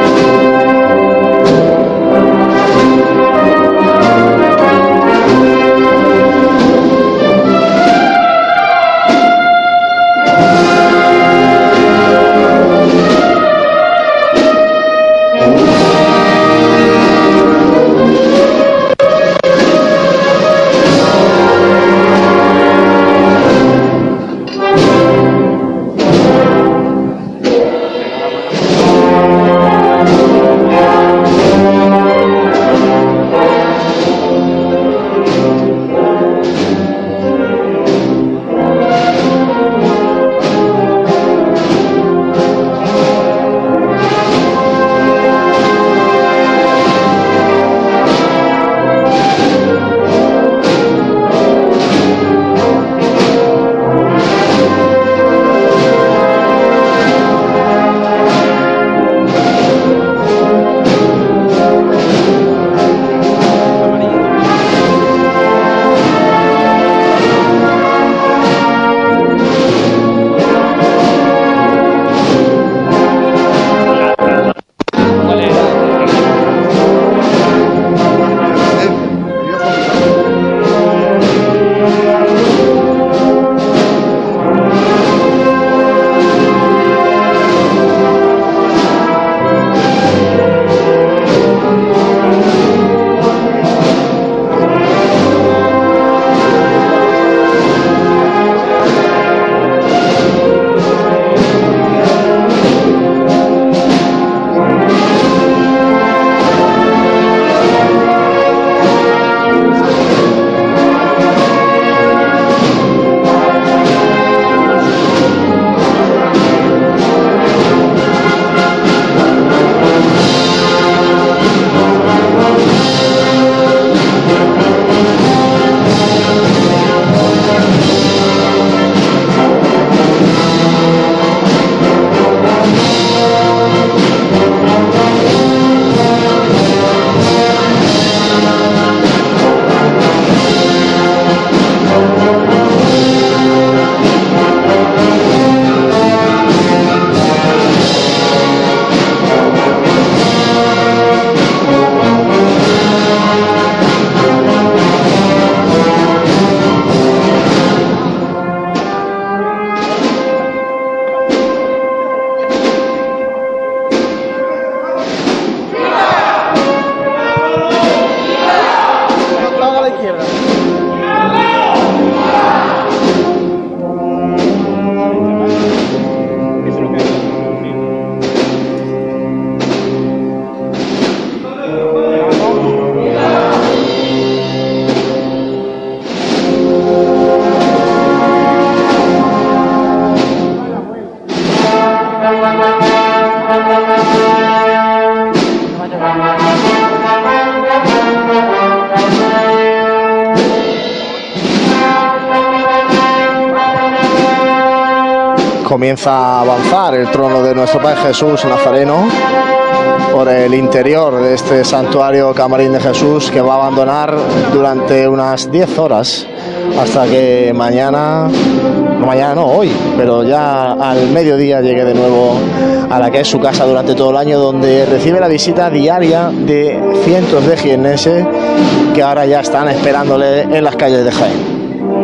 comienza a avanzar el trono de nuestro Padre Jesús Nazareno por el interior de este santuario Camarín de Jesús, que va a abandonar durante unas diez horas hasta que mañana, no mañana no, hoy, pero ya al mediodía llegue de nuevo a la que es su casa durante todo el año, donde recibe la visita diaria de cientos de jiennenses que ahora ya están esperándole en las calles de Jaén.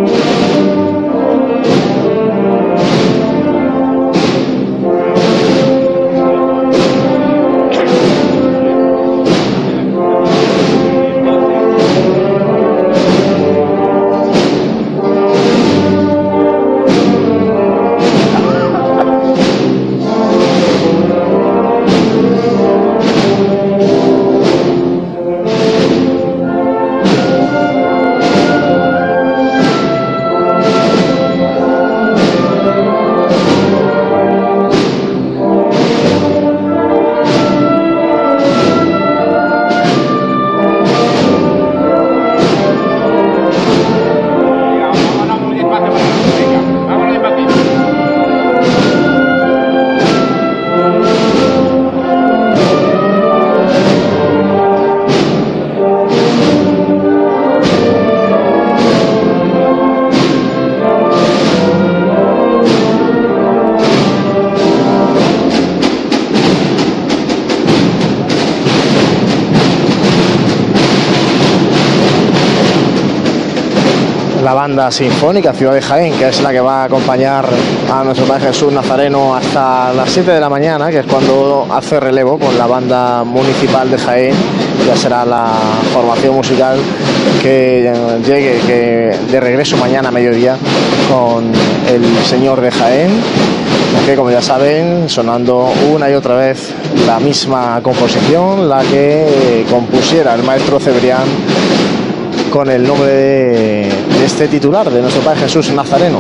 La banda sinfónica Ciudad de Jaén, que es la que va a acompañar a nuestro Padre Jesús Nazareno hasta las siete de la mañana, que es cuando hace relevo con la banda municipal de Jaén. Ya será la formación musical que llegue que de regreso mañana a mediodía con el Señor de Jaén, que, como ya saben, sonando una y otra vez la misma composición, la que compusiera el maestro Cebrián con el nombre de, de este titular, de nuestro Padre Jesús Nazareno.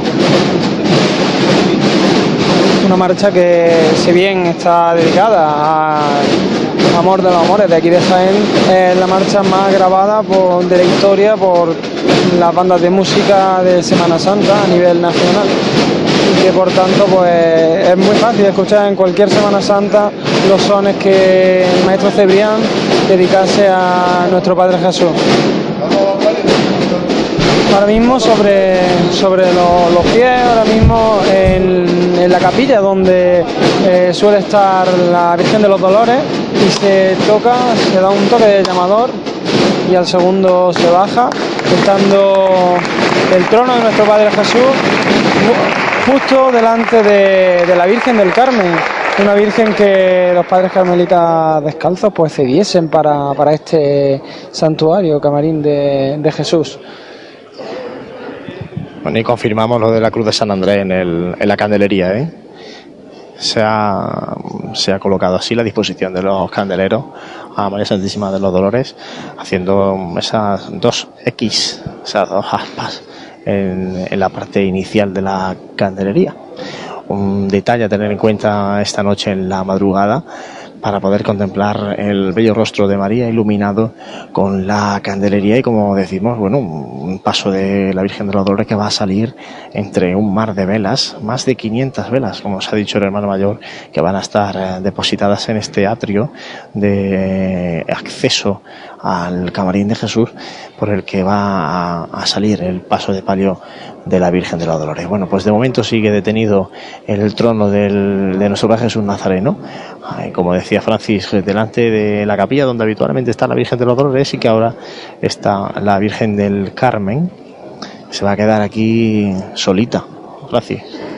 Una marcha que, si bien está dedicada al amor de los amores de aquí de Jaén, es la marcha más grabada por, de la historia por las bandas de música de Semana Santa a nivel nacional, y que por tanto pues es muy fácil escuchar en cualquier Semana Santa los sones que el maestro Cebrián dedicase a nuestro Padre Jesús. Ahora mismo sobre, sobre los, los pies, ahora mismo en, en la capilla donde eh, suele estar la Virgen de los Dolores, y se toca, se da un toque de llamador y al segundo se baja, estando el trono de nuestro Padre Jesús justo delante de, de la Virgen del Carmen, una Virgen que los padres carmelitas descalzos pues cediesen para, para este santuario Camarín de, de Jesús. Bueno, y confirmamos lo de la Cruz de San Andrés en, el, en la candelería, ¿eh? Se ha, se ha colocado así la disposición de los candeleros a María Santísima de los Dolores, haciendo esas dos X, esas dos aspas en, en la parte inicial de la candelería. Un detalle a tener en cuenta esta noche en la madrugada, para poder contemplar el bello rostro de María iluminado con la candelería y, como decimos, bueno, un paso de la Virgen de los Dolores que va a salir entre un mar de velas, más de quinientas velas, como os ha dicho el hermano mayor, que van a estar eh, depositadas en este atrio de acceso al Camarín de Jesús, por el que va a, a salir el paso de palio de la Virgen de los Dolores. Bueno, pues de momento sigue detenido el trono del, de nuestro Padre Jesús Nazareno, ay, como decía Francis, delante de la capilla donde habitualmente está la Virgen de los Dolores, y que ahora está la Virgen del Carmen. Se va a quedar aquí solita, Francis.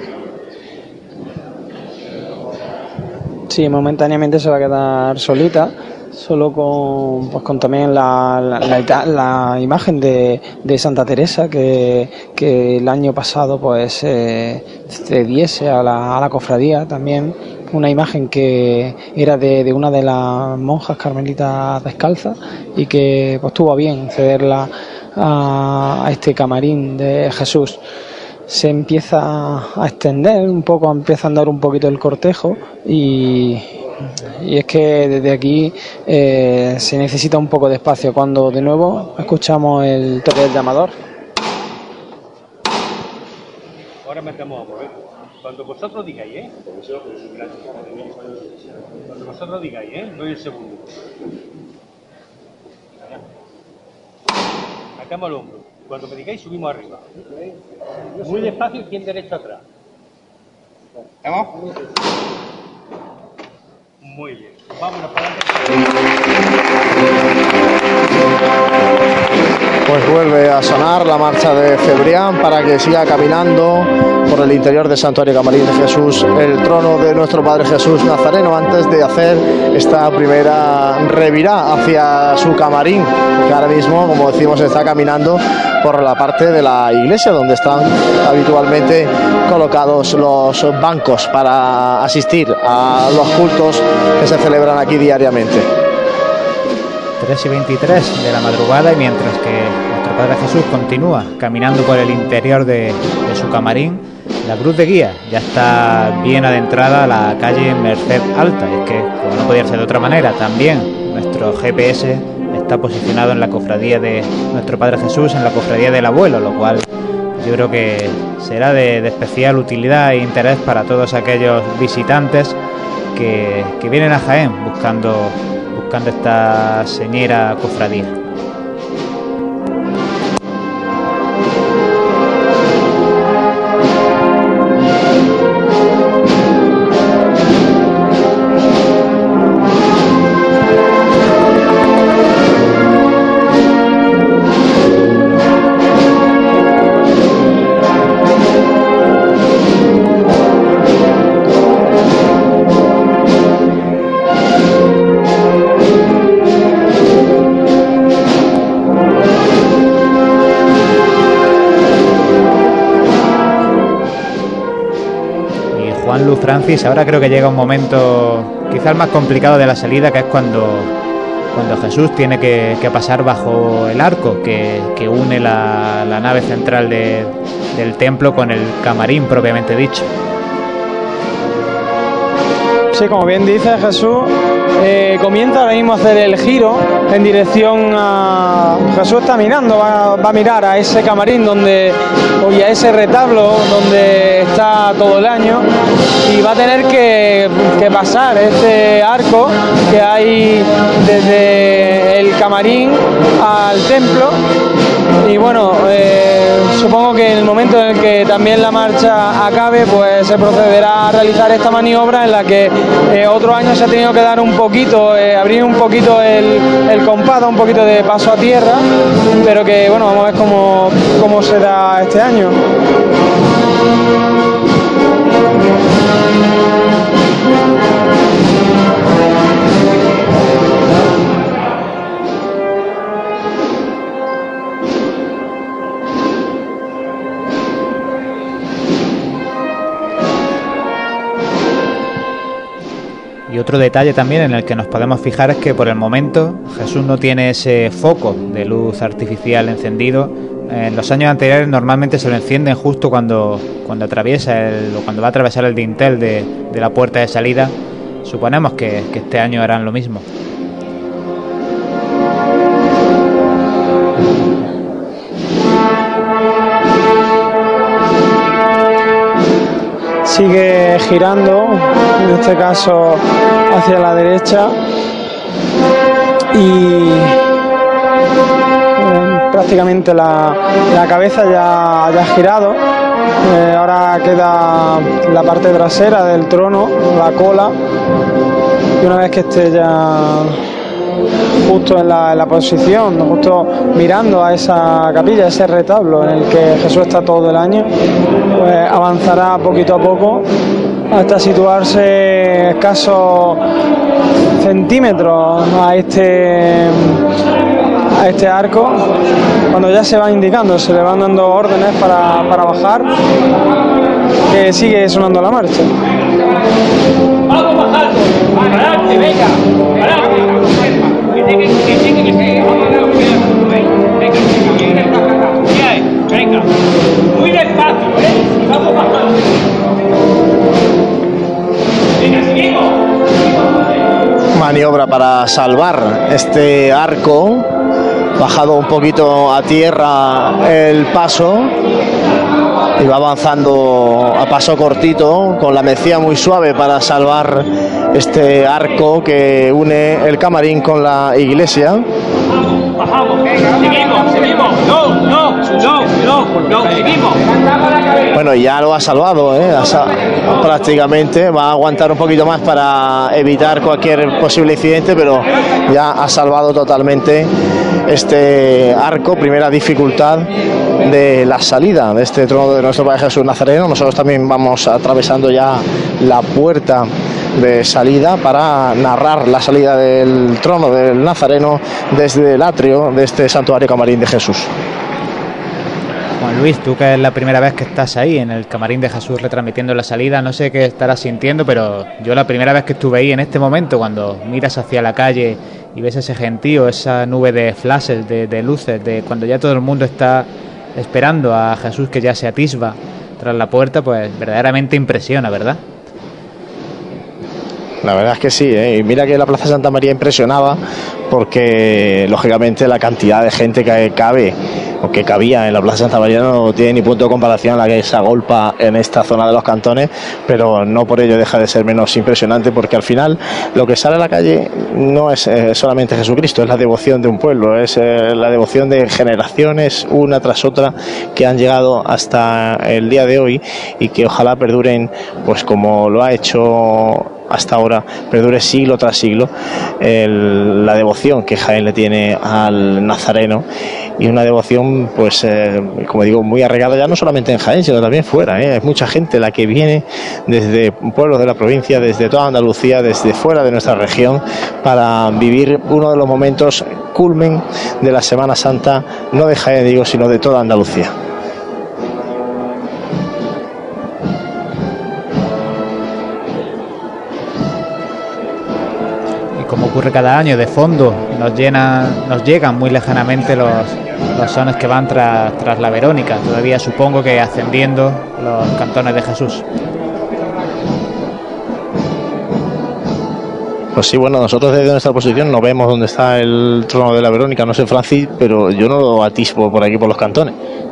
Sí, momentáneamente se va a quedar solita, solo con, pues, con también la, la, la, la imagen de, de Santa Teresa que, que el año pasado pues eh, cediese a la, a la cofradía también, una imagen que era de, de una de las monjas carmelitas descalzas y que pues tuvo a bien cederla a, a este Camarín de Jesús. Se empieza a extender un poco, empieza a andar un poquito el cortejo, y, y es que desde aquí eh, se necesita un poco de espacio cuando de nuevo escuchamos el toque del llamador. Ahora metemos a mover. Cuando vosotros digáis, ¿eh? Cuando vosotros digáis, ¿eh? Doy el segundo. Sacamos el hombro. Cuando me digáis, subimos arriba. Muy despacio y pie derecho atrás. ¿Vamos? Muy bien. Vámonos para adelante. Pues vuelve a sonar la marcha de Cebrián para que siga caminando por el interior del Santuario Camarín de Jesús, el trono de nuestro Padre Jesús Nazareno, antes de hacer esta primera revirá hacia su camarín, que ahora mismo, como decimos, está caminando por la parte de la iglesia donde están habitualmente colocados los bancos para asistir a los cultos que se celebran aquí diariamente. tres y veintitrés de la madrugada, y mientras que nuestro Padre Jesús continúa caminando por el interior de, de su camarín, la cruz de guía ya está bien adentrada a la calle Merced Alta. Y es que, como no podía ser de otra manera, también nuestro G P S está posicionado en la cofradía de nuestro Padre Jesús, en la cofradía del Abuelo, lo cual yo creo que será de, de especial utilidad e interés para todos aquellos visitantes que, que vienen a Jaén buscando buscando esta señera cofradía. Luz Francis, ahora creo que llega un momento quizás más complicado de la salida, que es cuando, cuando Jesús tiene que, que pasar bajo el arco que, que une la, la nave central de, del templo con el camarín propiamente dicho. Sí, como bien dice Jesús, eh, comienza ahora mismo a hacer el giro en dirección a... Jesús está mirando, va, va a mirar a ese camarín donde, y a ese retablo donde está todo el año, y va a tener que, que pasar este arco que hay desde el camarín al templo. Y bueno, eh, supongo que en el momento en el que también la marcha acabe, pues se procederá a realizar esta maniobra en la que eh, otro año se ha tenido que dar un poquito, eh, abrir un poquito el, el compás, un poquito de paso a tierra, pero que bueno, vamos a ver cómo, cómo se da este año. Y otro detalle también en el que nos podemos fijar es que por el momento Jesús no tiene ese foco de luz artificial encendido. En los años anteriores normalmente se lo encienden justo cuando, cuando atraviesa el, o cuando va a atravesar el dintel de, de la puerta de salida. Suponemos que, que este año harán lo mismo. Sigue girando, en este caso hacia la derecha, y eh, prácticamente la, la cabeza ya, ya ha girado. Eh, ahora queda la parte trasera del trono, la cola, y una vez que esté ya justo en la, en la posición, justo mirando a esa capilla, ese retablo en el que Jesús está todo el año, pues avanzará poquito a poco hasta situarse escasos centímetros a este a este arco, cuando ya se va indicando, se le van dando órdenes para, para bajar, que sigue sonando la marcha. Vamos bajando, adelante, venga, adelante. Venga, muy despacio, ¿eh? Vamos bajando. Venga, seguimos. Maniobra para salvar este arco, bajado un poquito a tierra el paso, y va avanzando a paso cortito con la mecía muy suave para salvar este arco que une el camarín con la iglesia. Bajamos, seguimos, seguimos, no, no, no, no, no, seguimos. Bueno, ya lo ha salvado, ¿eh? Ha sal prácticamente, va a aguantar un poquito más para evitar cualquier posible incidente, pero ya ha salvado totalmente este arco, primera dificultad de la salida de este trono de nuestro Padre Jesús Nazareno. Nosotros también vamos atravesando ya la puerta de salida para narrar la salida del trono del Nazareno desde el atrio de este santuario camarín de Jesús. Juan Luis, tú que es la primera vez que estás ahí en el camarín de Jesús retransmitiendo la salida, no sé qué estarás sintiendo, pero yo la primera vez que estuve ahí en este momento, cuando miras hacia la calle y ves ese gentío, esa nube de flashes, de, de luces, de cuando ya todo el mundo está esperando a Jesús que ya se atisba tras la puerta, pues verdaderamente impresiona, ¿verdad? La verdad es que sí, ¿eh? Y mira que la Plaza Santa María impresionaba porque lógicamente la cantidad de gente que cabe o que cabía en la Plaza Santa María no tiene ni punto de comparación a la que se agolpa en esta zona de los Cantones, pero no por ello deja de ser menos impresionante, porque al final lo que sale a la calle no es eh, solamente Jesucristo, es la devoción de un pueblo, es eh, la devoción de generaciones una tras otra que han llegado hasta el día de hoy y que ojalá perduren, pues como lo ha hecho hasta ahora, perdure siglo tras siglo el, la devoción que Jaén le tiene al Nazareno, y una devoción pues eh, como digo muy arraigada ya no solamente en Jaén sino también fuera, ¿eh? Es mucha gente la que viene desde pueblos de la provincia, desde toda Andalucía, desde fuera de nuestra región, para vivir uno de los momentos culmen de la Semana Santa, no de Jaén digo, sino de toda Andalucía. Como ocurre cada año, de fondo nos llena, nos llegan muy lejanamente los, los sones que van tras, tras la Verónica, todavía supongo que ascendiendo los cantones de Jesús. Pues sí, bueno, nosotros desde nuestra posición no vemos dónde está el trono de la Verónica, no sé Francis, pero yo no lo atisbo por aquí por los cantones.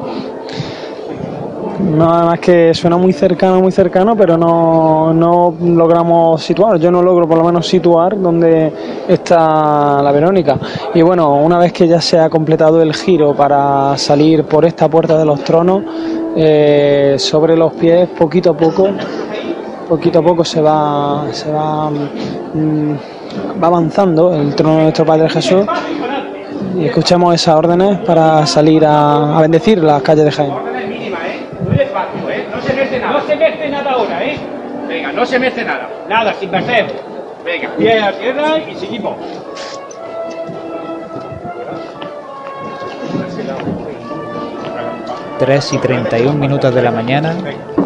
Nada más que suena muy cercano, muy cercano, pero no, no logramos situar. Yo no logro por lo menos situar dónde está la Verónica. Y bueno, una vez que ya se ha completado el giro para salir por esta puerta de los tronos, eh, sobre los pies, poquito a poco, poquito a poco se va, se va, mmm, va avanzando el trono de nuestro Padre Jesús. Y escuchamos esas órdenes para salir a, a bendecir las calles de Jaén. Muy despacio, ¿eh? No se mece nada. No se mece nada ahora, ¿eh? Venga, no se mece nada. Nada, sin mecer. Venga, pie a tierra y seguimos. tres y treinta y un minutos de la mañana,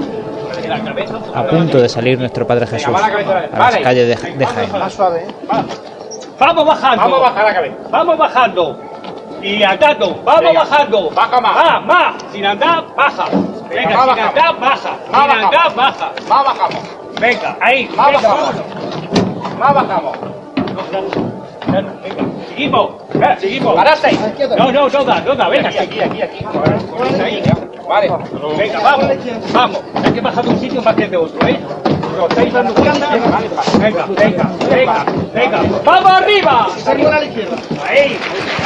a punto de salir nuestro Padre Jesús a las calles de, de Jaén. Vamos bajando. Vamos a bajar la cabeza. Vamos bajando. Y andando. Vamos Venga. bajando. Baja más. Más, más. Sin andar, baja. Venga, Venga sin andar, baja. Más sin bajamos. andar, baja. Más bajamos. Venga, ahí. Más Venga, bajamos. Más bajamos. Venga, seguimos. Venga, seguimos. Paraste. No, no, no da, no da. Venga, aquí, aquí, aquí. aquí. Ahí. Vale. Venga, vamos. Vamos. Hay que bajar de un sitio más que de otro, ¿eh? Lo estáis dando cuenta. Venga, venga, venga, venga. ¡Vamos arriba! Arriba a la izquierda. Ahí.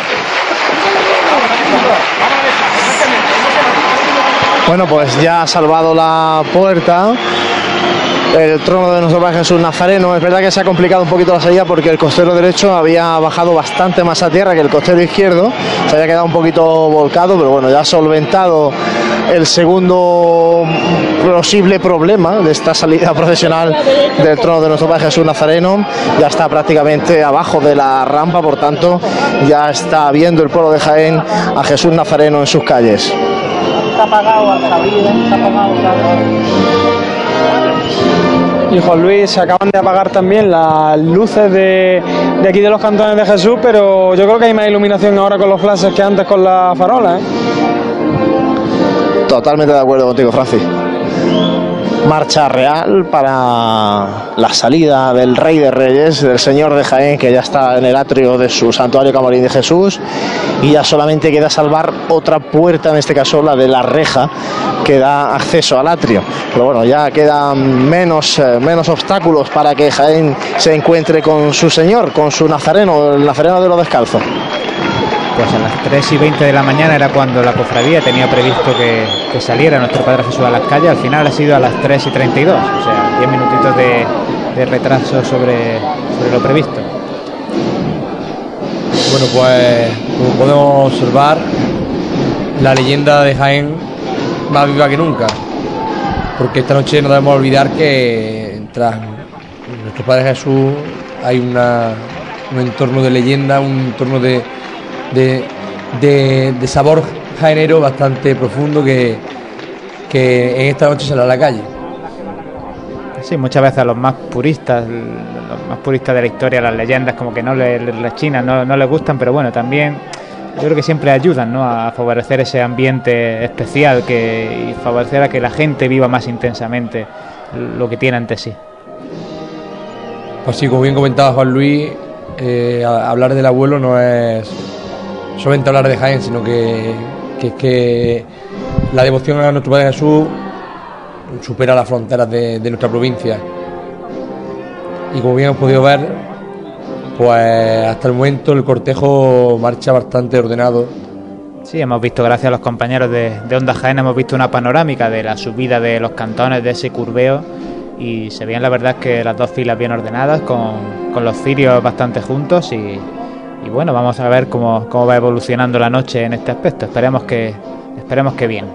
Bueno, pues ya ha salvado la puerta el trono de nuestro Padre Jesús Nazareno. Es verdad que se ha complicado un poquito la salida porque el costero derecho había bajado bastante más a tierra que el costero izquierdo, se había quedado un poquito volcado, pero bueno, ya ha solventado el segundo posible problema de esta salida procesional del trono de nuestro Padre Jesús Nazareno. Ya está prácticamente abajo de la rampa, por tanto ya está viendo el pueblo de Jaén a Jesús Nazareno en sus calles. Está apagado, está apagado. Y Juan Luis, se acaban de apagar también las luces de, de aquí de los cantones de Jesús, pero yo creo que hay más iluminación ahora con los flashes que antes con la farola, ¿eh? Totalmente de acuerdo contigo, Francis. marcha real para la salida del Rey de Reyes, del Señor de Jaén, que ya está en el atrio de su santuario Camarín de Jesús, y ya solamente queda salvar otra puerta, en este caso la de la reja que da acceso al atrio. Pero bueno, ya quedan menos, eh, menos obstáculos para que Jaén se encuentre con su Señor, con su Nazareno, el Nazareno de los Descalzos. Pues a las tres y veinte de la mañana era cuando la cofradía tenía previsto que, que saliera nuestro Padre Jesús a las calles. Al final ha sido a las tres y treinta y dos, o sea, diez minutitos de, de retraso sobre, sobre lo previsto. Bueno, pues como podemos observar, la leyenda de Jaén más viva que nunca, porque esta noche no debemos olvidar que tras nuestro Padre Jesús hay una, un entorno de leyenda, un entorno de De, de, de sabor jaenero bastante profundo que, que en esta noche sale a la calle. Sí, muchas veces a los más puristas, los más puristas de la historia, las leyendas como que no les, las chinas no, no les gustan, pero bueno, también yo creo que siempre ayudan, ¿no?, a favorecer ese ambiente especial que, y favorecer a que la gente viva más intensamente lo que tiene ante sí. Pues sí, como bien comentaba Juan Luis, eh, hablar del abuelo no es solamente hablar de Jaén, sino que, que es que la devoción a nuestro Padre Jesús supera las fronteras de, de nuestra provincia. Y como bien hemos podido ver, pues hasta el momento el cortejo marcha bastante ordenado. Sí, hemos visto, gracias a los compañeros de, de Onda Jaén, hemos visto una panorámica de la subida de los cantones, de ese curveo, y se veían la verdad que las dos filas bien ordenadas, con, con los cirios bastante juntos, y Y bueno, vamos a ver cómo, cómo va evolucionando la noche en este aspecto. Esperemos que, esperemos que bien.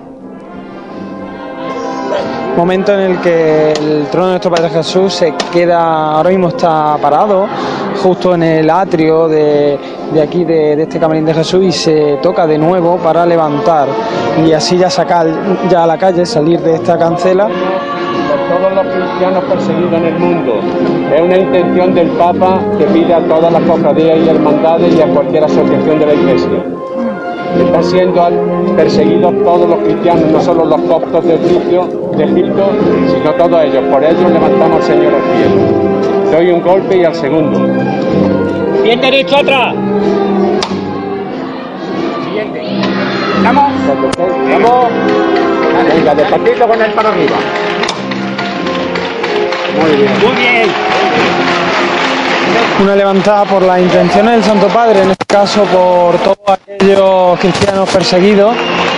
Momento en el que el trono de nuestro Padre Jesús se queda, ahora mismo está parado, justo en el atrio de, de aquí, de, de este Camarín de Jesús, y se toca de nuevo para levantar y así ya sacar ya a la calle, salir de esta cancela. Por todos los cristianos perseguidos en el mundo. Es una intención del Papa que pide a todas las cofradías y hermandades y a cualquier asociación de la Iglesia. Están siendo perseguidos todos los cristianos, no solo los coptos de Egipto, de Egipto, sino todos ellos. Por ello levantamos al Señor al cielo. Doy un golpe y al segundo. Bien derecho atrás. Siguiente. Vamos. Vamos. Venga, despacito con el para arriba. Muy bien. Muy bien. Una levantada por las intenciones del Santo Padre, en este caso por todos aquellos cristianos perseguidos.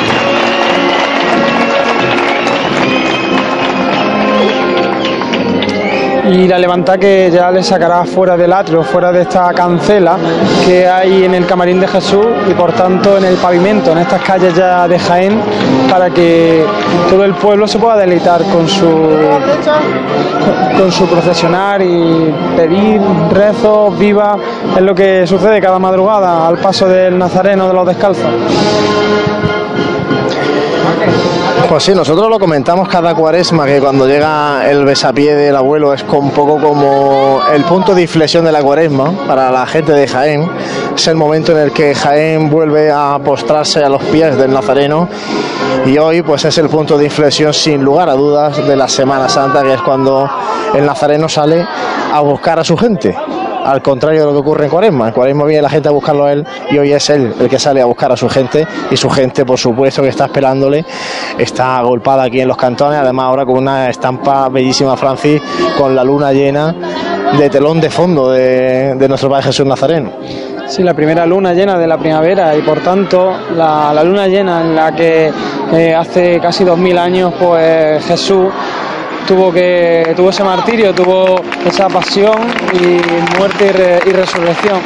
Y la levantada que ya le sacará fuera del atrio, fuera de esta cancela que hay en el Camarín de Jesús y por tanto en el pavimento, en estas calles ya de Jaén, para que todo el pueblo se pueda deleitar con su con su procesionar y pedir rezos, vivas. Es lo que sucede cada madrugada al paso del Nazareno de los Descalzos. Pues sí, nosotros lo comentamos cada cuaresma, que cuando llega el besapié del abuelo es un poco como el punto de inflexión de la cuaresma para la gente de Jaén. Es el momento en el que Jaén vuelve a postrarse a los pies del Nazareno, y hoy pues es el punto de inflexión sin lugar a dudas de la Semana Santa, que es cuando el Nazareno sale a buscar a su gente. Al contrario de lo que ocurre en Cuaresma. En Cuaresma viene la gente a buscarlo a él, y hoy es él el que sale a buscar a su gente, y su gente, por supuesto, que está esperándole, está agolpada aquí en los cantones, además ahora con una estampa bellísima, Francis, con la luna llena de telón de fondo de, de nuestro Padre Jesús Nazareno. Sí, la primera luna llena de la primavera, y por tanto la, la luna llena en la que eh, hace casi dos mil años pues Jesús tuvo que tuvo ese martirio, tuvo esa pasión y muerte y, re, y resurrección.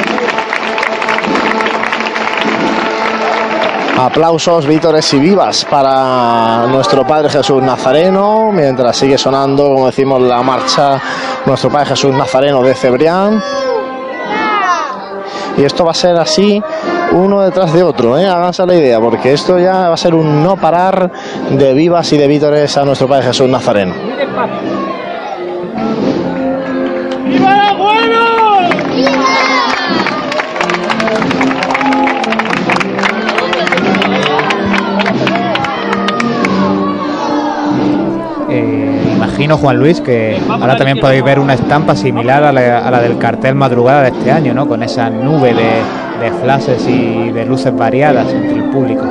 Aplausos, vítores y vivas para nuestro Padre Jesús Nazareno, mientras sigue sonando, como decimos, la marcha Nuestro Padre Jesús Nazareno de Cebrián. Y esto va a ser así, uno detrás de otro, ¿eh? Háganse la idea, porque esto ya va a ser un no parar de vivas y de vítores a nuestro Padre Jesús Nazareno. ¡Viva el abuelo! Eh, imagino, Juan Luis, que ahora también podéis ver una estampa similar a la, a la del cartel Madrugada de este año, ¿no? Con esa nube de, de flashes y de luces variadas entre el público.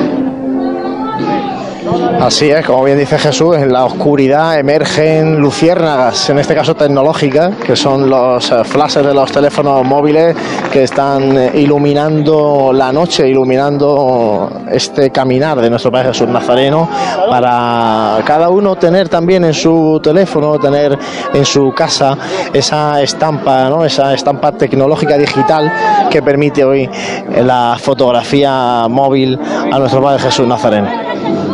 Así es, como bien dice Jesús, en la oscuridad emergen luciérnagas, en este caso tecnológicas, que son los flashes de los teléfonos móviles que están iluminando la noche, iluminando este caminar de nuestro Padre Jesús Nazareno, para cada uno tener también en su teléfono, tener en su casa esa estampa, ¿no? Esa estampa tecnológica digital que permite hoy la fotografía móvil a nuestro Padre Jesús Nazareno.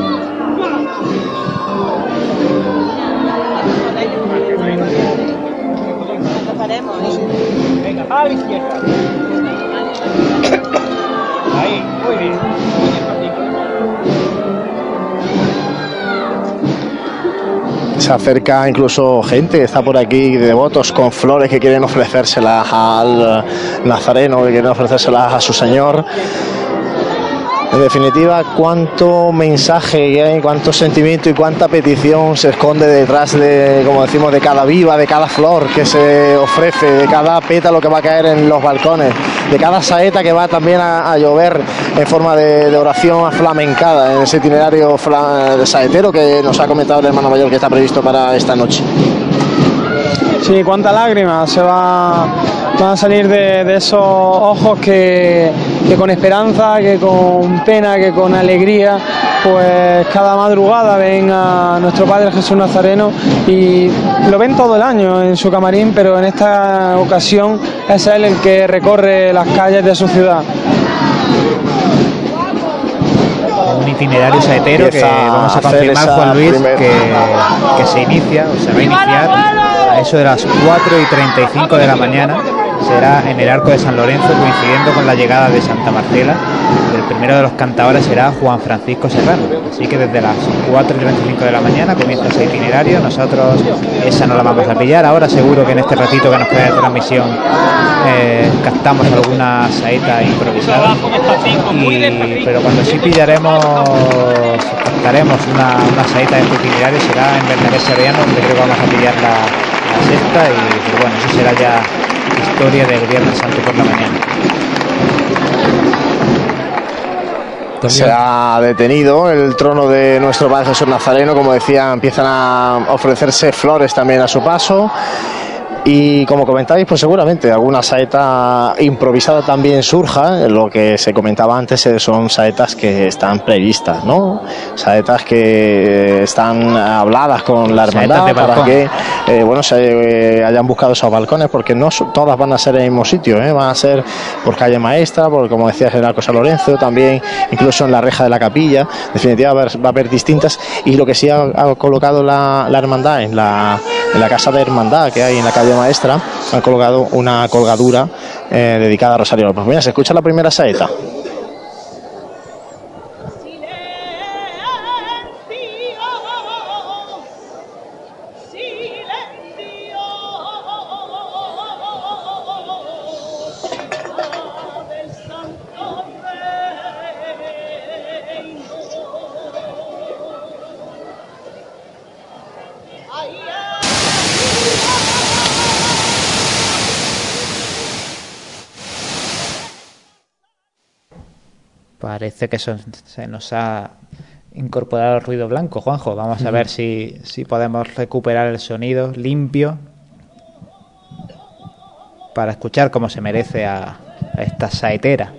A la izquierda. Ahí, muy bien. Se acerca incluso gente que está por aquí, devotos con flores que quieren ofrecérselas al Nazareno, que quieren ofrecérselas a su Señor. En definitiva, cuánto mensaje hay, cuánto sentimiento y cuánta petición se esconde detrás de, como decimos, de cada viva, de cada flor que se ofrece, de cada pétalo que va a caer en los balcones, de cada saeta que va también a, a llover en forma de, de oración flamencada en ese itinerario fla, saetero que nos ha comentado el hermano mayor que está previsto para esta noche. Sí, cuántas lágrimas se va, van a salir de, de esos ojos que, que con esperanza, que con pena, que con alegría, pues cada madrugada ven a nuestro Padre Jesús Nazareno, y lo ven todo el año en su camarín, pero en esta ocasión es él el que recorre las calles de su ciudad. Un itinerario saetero que vamos a confirmar, Juan Luis, que, que se inicia, o se va a iniciar a eso de las cuatro y treinta y cinco de la mañana. Será en el Arco de San Lorenzo, coincidiendo con la llegada de Santa Marcela. El primero de los cantadores será Juan Francisco Serrano. Así que desde las cuatro y treinta y cinco de la mañana comienza ese itinerario. Nosotros esa no la vamos a pillar. Ahora seguro que en este ratito que nos queda de transmisión eh, captamos alguna saeta improvisada. Y, pero cuando sí pillaremos, captaremos una, una saeta de este itinerario, será en Bernabé Soriano, donde creo que vamos a pillar la, la sexta. Y pero bueno, eso será ya historia del Viernes Santo por la mañana. Se ha detenido el trono de nuestro Padre Jesús Nazareno, como decía, empiezan a ofrecerse flores también a su paso. Y como comentáis, pues seguramente alguna saeta improvisada también surja. Lo que se comentaba antes son saetas que están previstas, ¿no? Saetas que están habladas con la hermandad para que eh, bueno, se eh, hayan buscado esos balcones, porque no todas van a ser en el mismo sitio, ¿eh? Van a ser por calle Maestra, por, como decía, el Arco San Lorenzo, también incluso en la reja de la capilla. En definitiva va a haber, va a haber distintas. Y lo que sí ha, ha colocado la, la hermandad en la, en la casa de hermandad que hay en la calle Maestra, han colocado una colgadura eh, dedicada a Rosario. Pues mira, se escucha la primera saeta. Parece que eso, se nos ha incorporado el ruido blanco, Juanjo. Vamos a ver si, si podemos recuperar el sonido limpio para escuchar cómo se merece a, a esta saetera.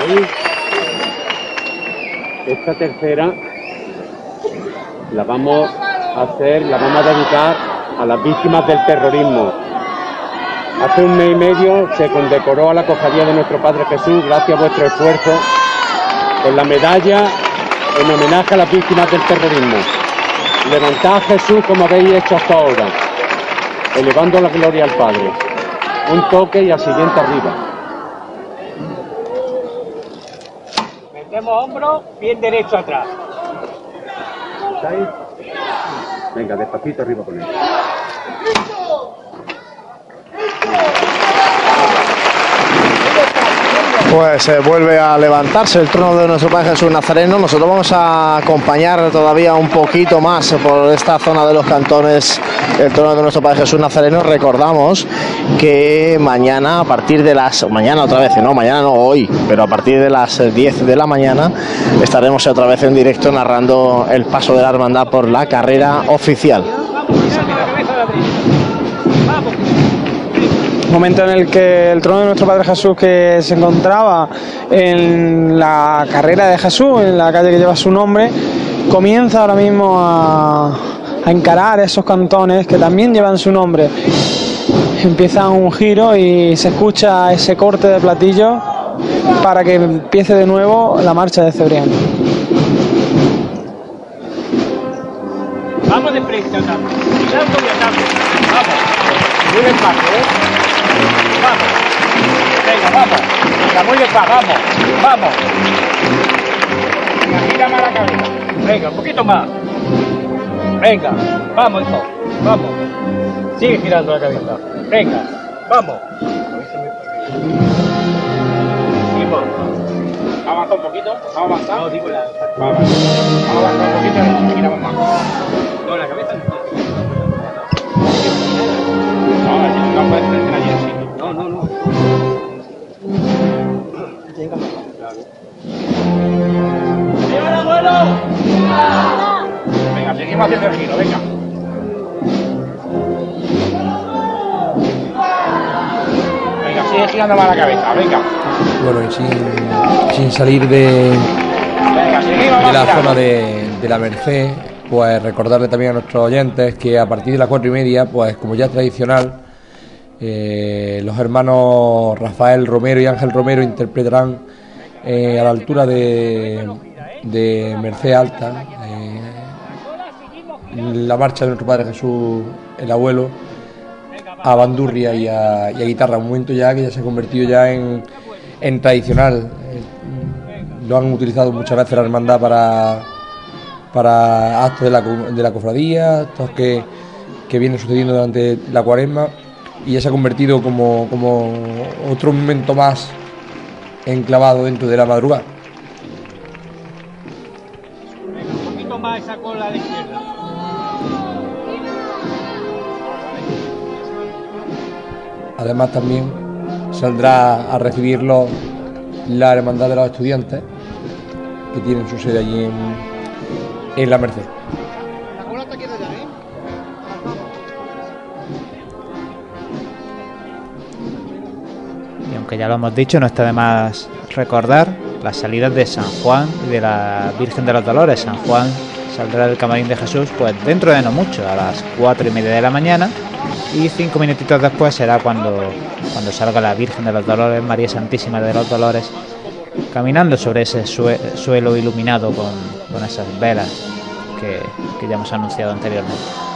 Esta tercera la vamos a hacer, la vamos a dedicar a las víctimas del terrorismo. Hace un mes y medio se condecoró a la Cofradía de Nuestro Padre Jesús, gracias a vuestro esfuerzo, con la medalla en homenaje a las víctimas del terrorismo. Levantad a Jesús como habéis hecho hasta ahora, elevando la gloria al Padre. Un toque y al siguiente arriba. Metemos hombro, bien derecho atrás. ¿Estáis? Venga, despacito arriba con él. Pues eh, vuelve a levantarse el trono de nuestro Padre Jesús Nazareno. Nosotros vamos a acompañar todavía un poquito más por esta zona de los cantones el trono de nuestro Padre Jesús Nazareno. Recordamos que mañana a partir de las... Mañana otra vez, no, mañana no, hoy, pero a partir de las diez de la mañana estaremos otra vez en directo narrando el paso de la hermandad por la carrera oficial. Momento en el que el trono de nuestro Padre Jesús, que se encontraba en la carrera de Jesús, en la calle que lleva su nombre, comienza ahora mismo a, a encarar esos cantones que también llevan su nombre. Empieza un giro y se escucha ese corte de platillo para que empiece de nuevo la marcha de Cebrián. Vamos de frente, andando. Mirando y andando. Vamos. Muy despacio, ¿eh? Vamos. Venga, vamos. Venga, muy despacio, vamos. Vamos. Venga, gira más la cabeza. Venga, un poquito más. Venga, vamos, hijo. Vamos. Sigue girando la cabeza. Venga, vamos. Seguimos. Avanza un poquito. Vamos a avanzar. No, digo la... Vamos a avanzar un poquito y giramos más. No, la cabeza no. No, no puede tener allí así. No, no, no. ¡Viva el abuelo! Venga, seguimos haciendo el giro, venga. Venga, sigue girando más la cabeza, venga. Bueno, y sin, sin salir de, Venga, seguimos, de la zona de, de la Merced, pues recordarle también a nuestros oyentes que a partir de las cuatro y media, pues como ya es tradicional, eh, los hermanos Rafael Romero y Ángel Romero interpretarán eh, a la altura de, de Merced Alta eh, la marcha de nuestro Padre Jesús, el abuelo, a bandurria y a, y a guitarra, un momento ya que ya se ha convertido ya en, en tradicional. Eh, lo han utilizado muchas veces la hermandad para para actos de la, de la cofradía, actos que, que vienen sucediendo durante la cuaresma, y ya se ha convertido como, como otro momento más enclavado dentro de la madrugada. Un poquito más esa cola a la izquierda. Además también saldrá a recibirlo la Hermandad de los Estudiantes, que tienen su sede allí en, en la Merced. Y aunque ya lo hemos dicho, no está de más recordar las salidas de San Juan y de la Virgen de los Dolores. San Juan saldrá del Camarín de Jesús pues dentro de no mucho, a las cuatro y media de la mañana, y cinco minutitos después será cuando, cuando salga la Virgen de los Dolores, María Santísima de los Dolores, caminando sobre ese sue, suelo iluminado con, con esas velas que, que ya hemos anunciado anteriormente.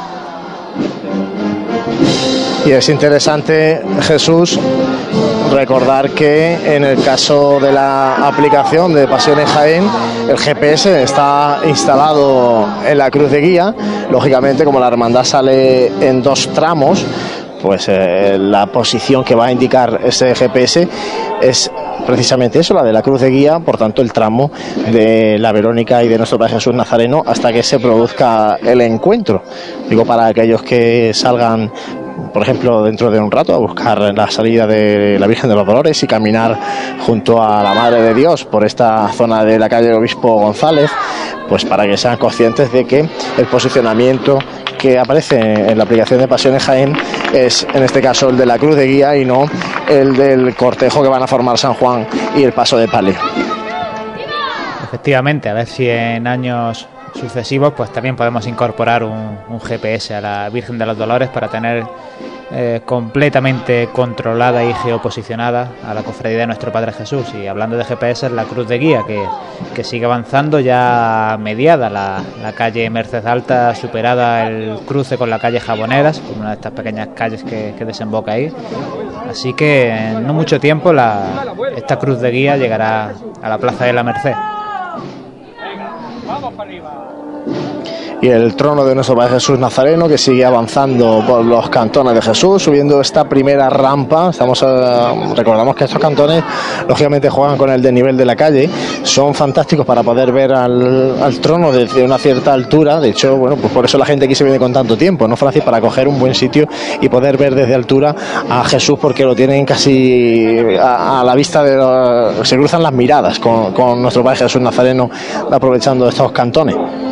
Y es interesante, Jesús, recordar que en el caso de la aplicación de Pasiones Jaén, el G P S está instalado en la cruz de guía. Lógicamente, como la hermandad sale en dos tramos, pues eh, la posición que va a indicar ese G P S es precisamente eso, la de la cruz de guía, por tanto el tramo de la Verónica y de nuestro Padre Jesús Nazareno hasta que se produzca el encuentro. Digo, para aquellos que salgan, por ejemplo, dentro de un rato a buscar la salida de la Virgen de los Dolores y caminar junto a la Madre de Dios por esta zona de la calle Obispo González, pues para que sean conscientes de que el posicionamiento que aparece en la aplicación de Pasiones Jaén es en este caso el de la cruz de guía y no el del cortejo que van a formar San Juan y el paso de palio. Efectivamente, a ver si en años sucesivos pues también podemos incorporar un, un G P S a la Virgen de los Dolores para tener eh, completamente controlada y geoposicionada a la cofradía de nuestro Padre Jesús. Y hablando de G P S, es la cruz de guía que, que sigue avanzando, ya mediada la, la calle Merced Alta, superada el cruce con la calle Jaboneras, con una de estas pequeñas calles que, que desemboca ahí. Así que en no mucho tiempo la, esta cruz de guía llegará a la Plaza de la Merced. Vamos para arriba. Y el trono de nuestro Padre Jesús Nazareno, que sigue avanzando por los cantones de Jesús, subiendo esta primera rampa. Estamos eh, recordamos que estos cantones lógicamente juegan con el desnivel de la calle, son fantásticos para poder ver al, al trono desde una cierta altura. De hecho, bueno, pues por eso la gente aquí se viene con tanto tiempo, ¿no, Francis? Para coger un buen sitio y poder ver desde altura a Jesús, porque lo tienen casi a, a la vista de los, se cruzan las miradas con, con nuestro Padre Jesús Nazareno, aprovechando estos cantones.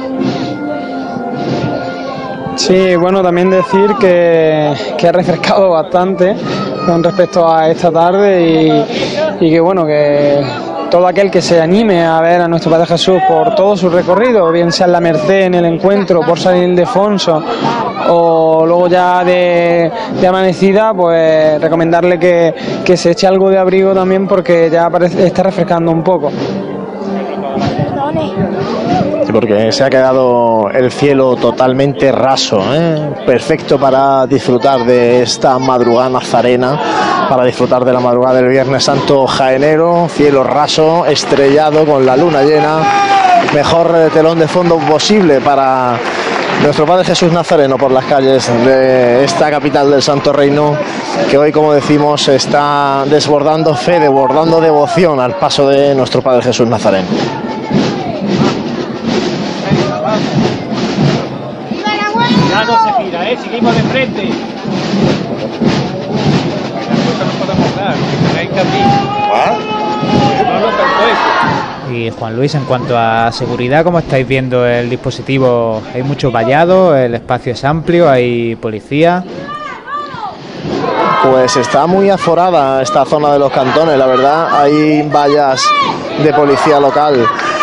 Sí, bueno, también decir que, que ha refrescado bastante con respecto a esta tarde y, y que bueno, que todo aquel que se anime a ver a nuestro Padre Jesús por todo su recorrido, bien sea en la Merced, en el encuentro, por San Ildefonso o luego ya de, de amanecida, pues recomendarle que, que se eche algo de abrigo también, porque ya parece, está refrescando un poco. Sí, porque se ha quedado el cielo totalmente raso, ¿eh? Perfecto para disfrutar de esta madrugada nazarena, para disfrutar de la madrugada del Viernes Santo jaenero. Cielo raso, estrellado, con la luna llena, mejor telón de fondo posible para nuestro Padre Jesús Nazareno por las calles de esta capital del Santo Reino, que hoy, como decimos, está desbordando fe, desbordando devoción al paso de nuestro Padre Jesús Nazareno. Ya no se gira, ¿eh? Seguimos de frente. No podemos dar, hay que abrir. No lo permito. Y Juan Luis, en cuanto a seguridad, ¿cómo estáis viendo el dispositivo? ¿Hay mucho vallado? ¿El espacio es amplio? ¿Hay policía? Pues está muy aforada esta zona de los cantones, la verdad. Hay vallas de policía local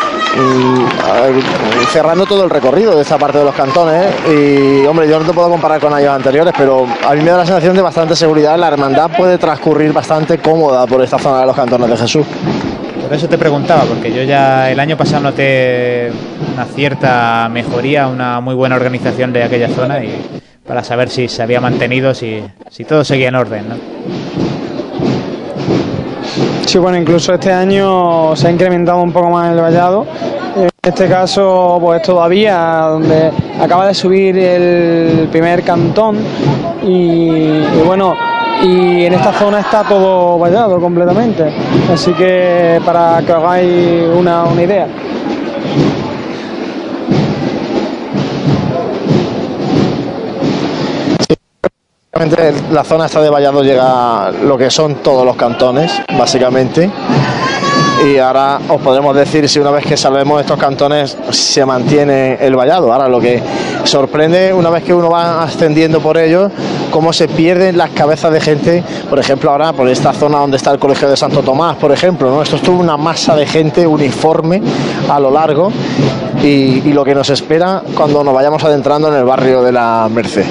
y, cerrando todo el recorrido de esta parte de los cantones. Y hombre, yo no te puedo comparar con años anteriores, pero a mí me da la sensación de bastante seguridad. La hermandad puede transcurrir bastante cómoda por esta zona de los cantones de Jesús. Por eso te preguntaba, porque yo ya el año pasado noté una cierta mejoría, una muy buena organización de aquella zona, y para saber si se había mantenido, si, si todo seguía en orden, ¿no? Sí, bueno, incluso este año se ha incrementado un poco más el vallado. En este caso, pues todavía, donde acaba de subir el primer cantón y, y bueno, y en esta zona está todo vallado completamente. Así que para que os hagáis una, una idea. La zona esta de vallado llega a lo que son todos los cantones, básicamente. Y ahora os podremos decir si una vez que salvemos estos cantones se mantiene el vallado. Ahora lo que sorprende, una vez que uno va ascendiendo por ellos, cómo se pierden las cabezas de gente. Por ejemplo, ahora por esta zona donde está el Colegio de Santo Tomás, por ejemplo, ¿no? Esto es toda una masa de gente uniforme a lo largo, y, y lo que nos espera cuando nos vayamos adentrando en el barrio de la Merced.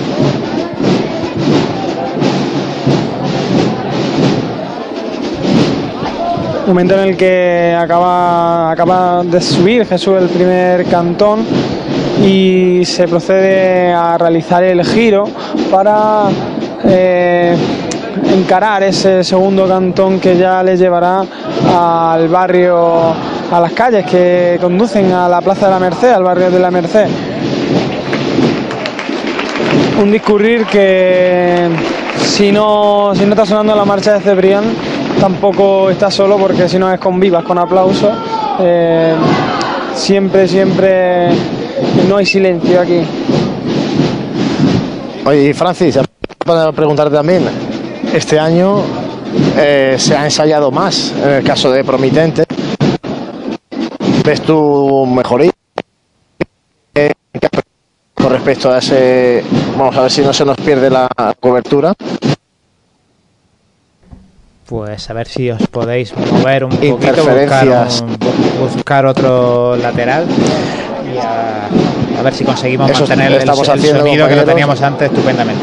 Momento en el que acaba, acaba de subir Jesús el primer cantón y se procede a realizar el giro para eh, encarar ese segundo cantón que ya le llevará al barrio, a las calles que conducen a la Plaza de la Merced, al barrio de la Merced. Un discurrir que si no, si no está sonando la marcha de Cebrián, tampoco está solo, porque si no es con vivas, con aplausos. Eh, siempre, siempre no hay silencio aquí. Oye, Francis, para preguntarte también, este año eh, se ha ensayado más en el caso de Promitente. ¿Ves tú mejoría respecto a ese, vamos a ver si no se nos pierde la cobertura. Pues a ver si os podéis mover un poquito, buscar, un, buscar otro lateral y a, a ver si conseguimos Eso mantener el, el sonido compañeros. que lo teníamos antes estupendamente.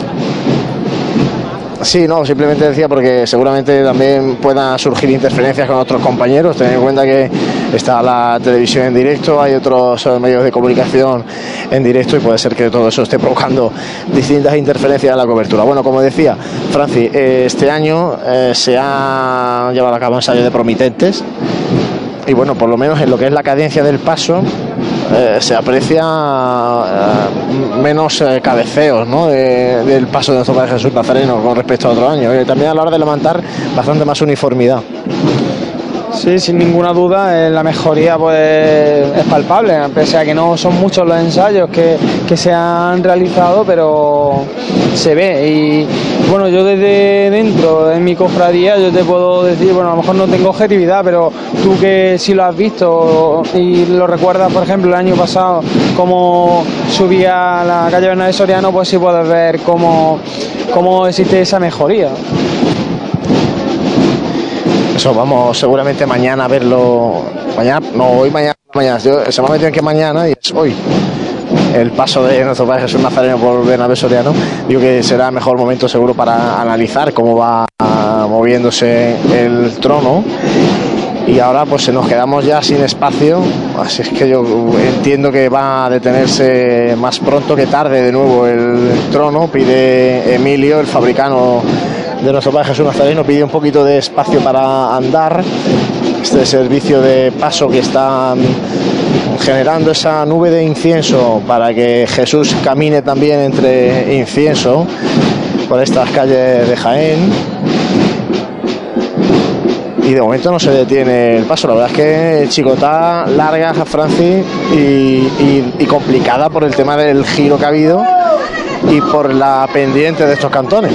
Sí, no, simplemente decía porque seguramente también puedan surgir interferencias con otros compañeros. Tened en cuenta que está la televisión en directo, hay otros medios de comunicación en directo y puede ser que todo eso esté provocando distintas interferencias en la cobertura. Bueno, como decía Francis, este año eh, se ha llevado a cabo ensayos de promitentes y bueno, por lo menos en lo que es la cadencia del paso eh, se aprecia eh, menos eh, cabeceos, ¿no? de, del paso de nuestro Padre Jesús Nazareno con respecto a otro año. Eh, también a la hora de levantar bastante más uniformidad. Sí, sin ninguna duda, eh, la mejoría pues es palpable, pese a que no son muchos los ensayos que, que se han realizado, pero se ve. Y bueno, yo desde dentro, en mi cofradía, yo te puedo decir, bueno, a lo mejor no tengo objetividad, pero tú que sí lo has visto y lo recuerdas, por ejemplo, el año pasado, cómo subía la calle Bernabé Soriano, pues sí puedes ver cómo, cómo existe esa mejoría. Eso vamos seguramente mañana a verlo. Mañana, no, hoy, mañana, mañana. Yo, se me ha metido en que mañana y es hoy. El paso de nuestro Padre Jesús Nazareno por Bernabé Soriano. Digo que será el mejor momento seguro para analizar cómo va moviéndose el trono. Y ahora pues se nos quedamos ya sin espacio. Así es que yo entiendo que va a detenerse más pronto que tarde de nuevo el trono. Pide Emilio, el fabricano de nuestro Padre Jesús Nazareno, pide un poquito de espacio para andar. Este servicio de paso que está generando esa nube de incienso para que Jesús camine también entre incienso por estas calles de Jaén. Y de momento no se detiene el paso. La verdad es que chicotá larga, Francis, y, y, y complicada por el tema del giro que ha habido y por la pendiente de estos cantones.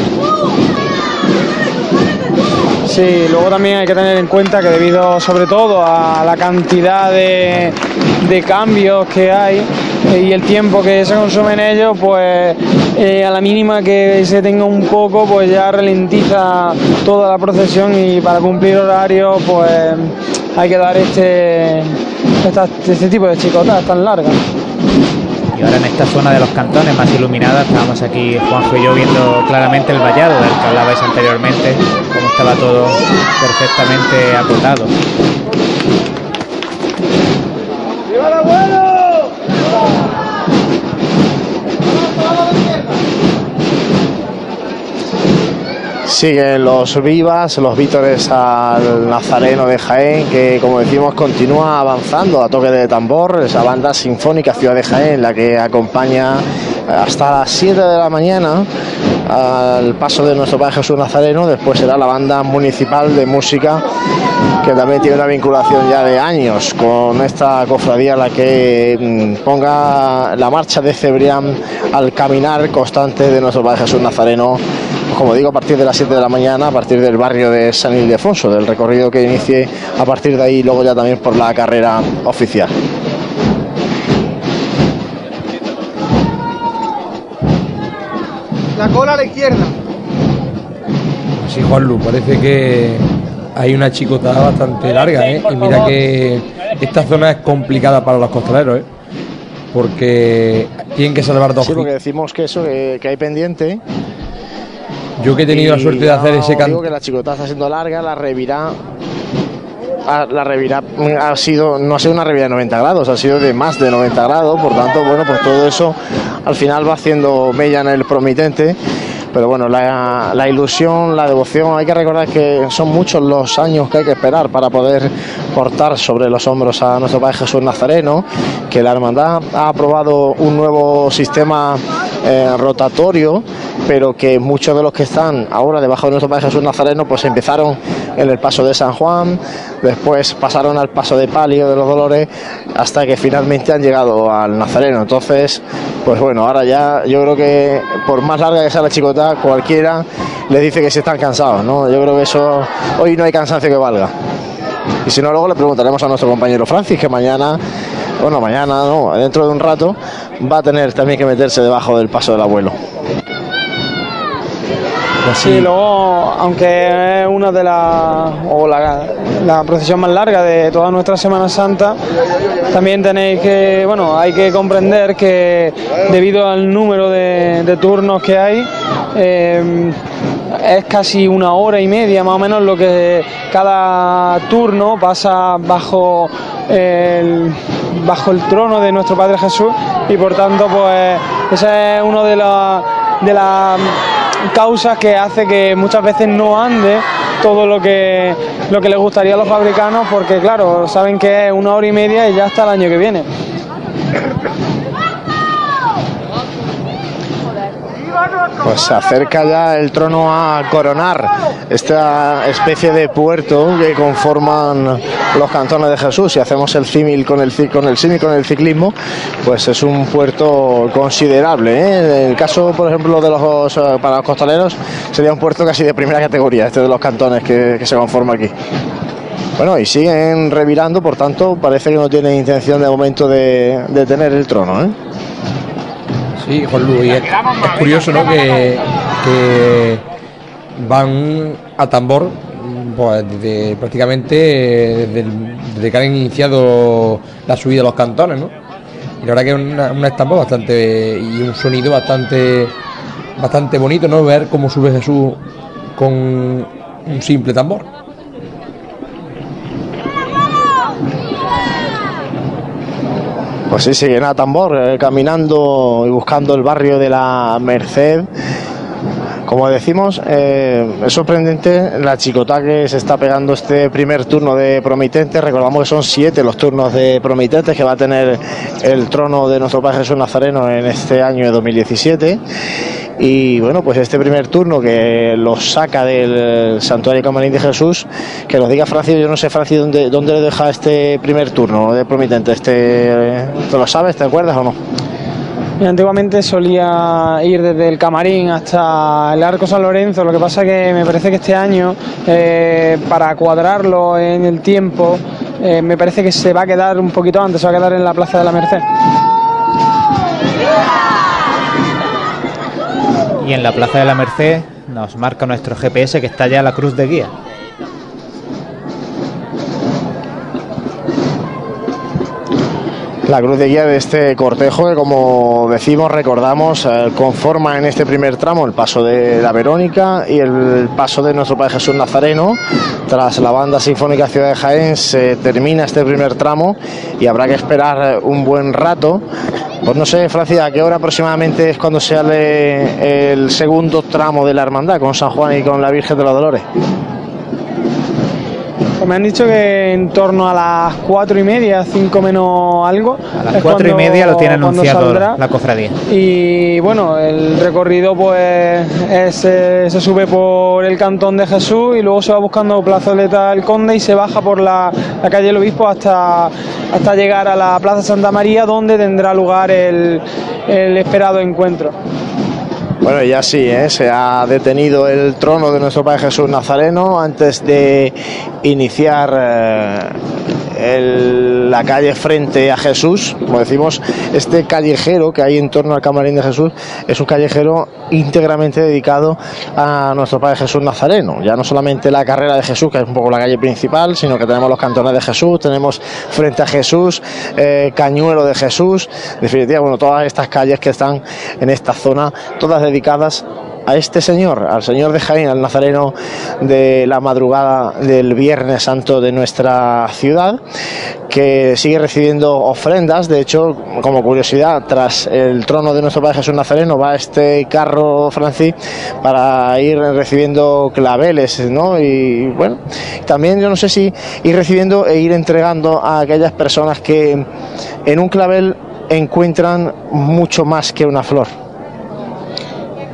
Sí, luego también hay que tener en cuenta que debido sobre todo a la cantidad de, de cambios que hay y el tiempo que se consume en ellos, pues eh, a la mínima que se tenga un poco, pues ya ralentiza toda la procesión y para cumplir horario, pues hay que dar este, esta, este tipo de chicotas tan largas. Y ahora en esta zona de los cantones más iluminada, estábamos aquí Juanjo y yo viendo claramente el vallado del que hablabais anteriormente, cómo estaba todo perfectamente acotado. ¡Viva el abuelo! Siguen los vivas, los vítores al Nazareno de Jaén, que como decimos continúa avanzando a toque de tambor. Esa banda sinfónica Ciudad de Jaén, la que acompaña hasta las siete de la mañana al paso de nuestro Padre Jesús Nazareno. Después será la banda municipal de música, que también tiene una vinculación ya de años con esta cofradía, la que ponga la marcha de Cebrián al caminar constante de nuestro Padre Jesús Nazareno, como digo, a partir de las siete de la mañana, a partir del barrio de San Ildefonso, del recorrido que inicie a partir de ahí, luego ya también por la carrera oficial. La cola a la izquierda. Sí, Juanlu, parece que hay una chicotada bastante larga, ¿eh? Y mira que esta zona es complicada para los costaleros, ¿eh? Porque tienen que salvar dos. Sí, porque decimos que eso, que, que hay pendiente. Yo que he tenido y la suerte de hacer ese canto. Digo que la chicotada está siendo larga, la revirá. La revirá ha sido, no ha sido una revirá de noventa grados, ha sido de más de noventa grados, por tanto, bueno, pues todo eso al final va haciendo mella en el promitente. Pero bueno, la, la ilusión, la devoción, hay que recordar que son muchos los años que hay que esperar para poder portar sobre los hombros a nuestro Padre Jesús Nazareno, que la hermandad ha aprobado un nuevo sistema eh, rotatorio, pero que muchos de los que están ahora debajo de nuestro Padre Jesús Nazareno pues empezaron en el paso de San Juan, después pasaron al paso de Palio de los Dolores, hasta que finalmente han llegado al Nazareno. Entonces, pues bueno, ahora ya yo creo que por más larga que sea la chicota, cualquiera les dice que se están cansados, ¿no? Yo creo que eso, hoy no hay cansancio que valga. Y si no, luego le preguntaremos a nuestro compañero Francis, que mañana bueno, mañana, no, dentro de un rato, va a tener también que meterse debajo del paso del abuelo. Sí, luego, aunque es una de las, o la, la procesión más larga de toda nuestra Semana Santa, también tenéis que, bueno, hay que comprender que debido al número de, de turnos que hay, eh, es casi una hora y media más o menos lo que cada turno pasa bajo el, bajo el trono de nuestro Padre Jesús, y por tanto, pues, esa es una de las de las causas que hace que muchas veces no ande todo lo que lo que les gustaría a los fabricanos, porque claro, saben que es una hora y media y ya hasta el año que viene. Pues se acerca ya el trono a coronar esta especie de puerto que conforman los cantones de Jesús. Si hacemos el símil con el con el símil con el ciclismo, pues es un puerto considerable, ¿eh? En el caso, por ejemplo, de los para los costaleros, sería un puerto casi de primera categoría, este de los cantones que, que se conforma aquí. Bueno, y siguen revirando, por tanto, parece que no tienen intención de momento de, de tener el trono, ¿eh? Sí, Juan Luis, es, es curioso, ¿no?, que, que van a tambor, pues, desde, prácticamente desde, el, desde que han iniciado la subida de los cantones, ¿no? Y la verdad que es una, una estampa bastante, y un sonido bastante bastante bonito, ¿no?, ver cómo sube Jesús con un simple tambor. Pues sí, siguen a tambor, eh, caminando y buscando el barrio de la Merced. Como decimos, eh, es sorprendente la chicotá que se está pegando este primer turno de Promitentes. Recordamos que son siete los turnos de Promitentes que va a tener el trono de nuestro Padre Jesús Nazareno en este año de dos mil diecisiete. Y bueno, pues este primer turno que los saca del Santuario Camarín de Jesús, que nos diga Francis, yo no sé, Francis, dónde, dónde le deja este primer turno de Promitente. Este, ¿tú lo sabes? ¿Te acuerdas o no? Y antiguamente solía ir desde el Camarín hasta el Arco San Lorenzo, lo que pasa que me parece que este año, eh, para cuadrarlo en el tiempo, eh, me parece que se va a quedar un poquito antes, se va a quedar en la Plaza de la Merced. Y en la Plaza de la Merced nos marca nuestro G P S que está ya la cruz de guía. La cruz de guía de este cortejo que, como decimos, recordamos, eh, conforma en este primer tramo el paso de la Verónica y el paso de nuestro Padre Jesús Nazareno. Tras la Banda Sinfónica Ciudad de Jaén se termina este primer tramo y habrá que esperar un buen rato. Pues no sé, Francis, ¿a qué hora aproximadamente es cuando se sale el segundo tramo de la hermandad con San Juan y con la Virgen de los Dolores? Pues me han dicho que en torno a las cuatro y media, cinco menos algo. A las cuatro y media lo tiene anunciado la cofradía. Y bueno, el recorrido pues es, eh, se sube por el Cantón de Jesús y luego se va buscando Plazoleta del Conde y se baja por la, la calle del Obispo hasta, hasta llegar a la Plaza Santa María, donde tendrá lugar el, el esperado encuentro. Bueno, ya sí, ¿eh? Se ha detenido el trono de nuestro Padre Jesús Nazareno antes de iniciar eh, el, la calle frente a Jesús. Como decimos, este callejero que hay en torno al Camarín de Jesús es un callejero íntegramente dedicado a nuestro Padre Jesús Nazareno. Ya no solamente la carrera de Jesús, que es un poco la calle principal, sino que tenemos los cantones de Jesús, tenemos frente a Jesús, eh, Cañuelo de Jesús, en definitiva, bueno, todas estas calles que están en esta zona, todas dedicadas a este señor, al señor de Jaén, al nazareno de la madrugada del Viernes Santo de nuestra ciudad, que sigue recibiendo ofrendas. De hecho, como curiosidad, tras el trono de nuestro Padre Jesús Nazareno va este carro, Francis, para ir recibiendo claveles, ¿no? Y bueno, también yo no sé si ir recibiendo e ir entregando a aquellas personas que en un clavel encuentran mucho más que una flor.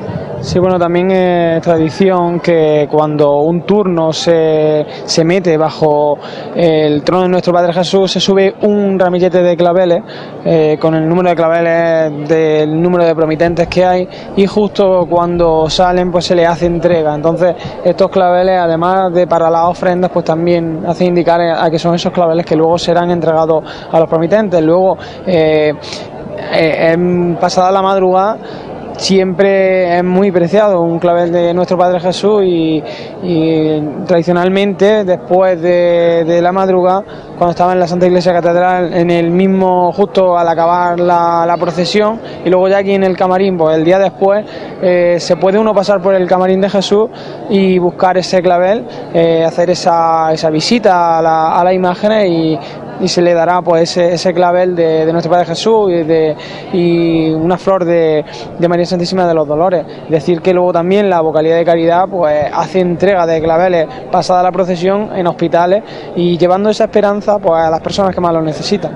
Sí, bueno, también es tradición que cuando un turno se, se mete bajo el trono de nuestro Padre Jesús, se sube un ramillete de claveles eh, con el número de claveles del número de promitentes que hay, y justo cuando salen pues se les hace entrega. Entonces estos claveles, además de para las ofrendas, pues también hacen indicar a que son esos claveles que luego serán entregados a los promitentes. Luego, eh, eh, en pasada la madrugada, siempre es muy preciado un clavel de nuestro Padre Jesús, y, y tradicionalmente después de, de la madrugada, cuando estaba en la Santa Iglesia Catedral, en el mismo, justo al acabar la, la procesión, y luego ya aquí en el camarín, pues el día después eh, se puede uno pasar por el camarín de Jesús y buscar ese clavel, eh, hacer esa, esa visita a, la, a las imágenes, y y se le dará pues ese, ese clavel de, de nuestro Padre Jesús y, de, y una flor de, de María Santísima de los Dolores. Decir que luego también la Vocalía de Caridad pues hace entrega de claveles pasada la procesión en hospitales, y llevando esa esperanza pues a las personas que más lo necesitan.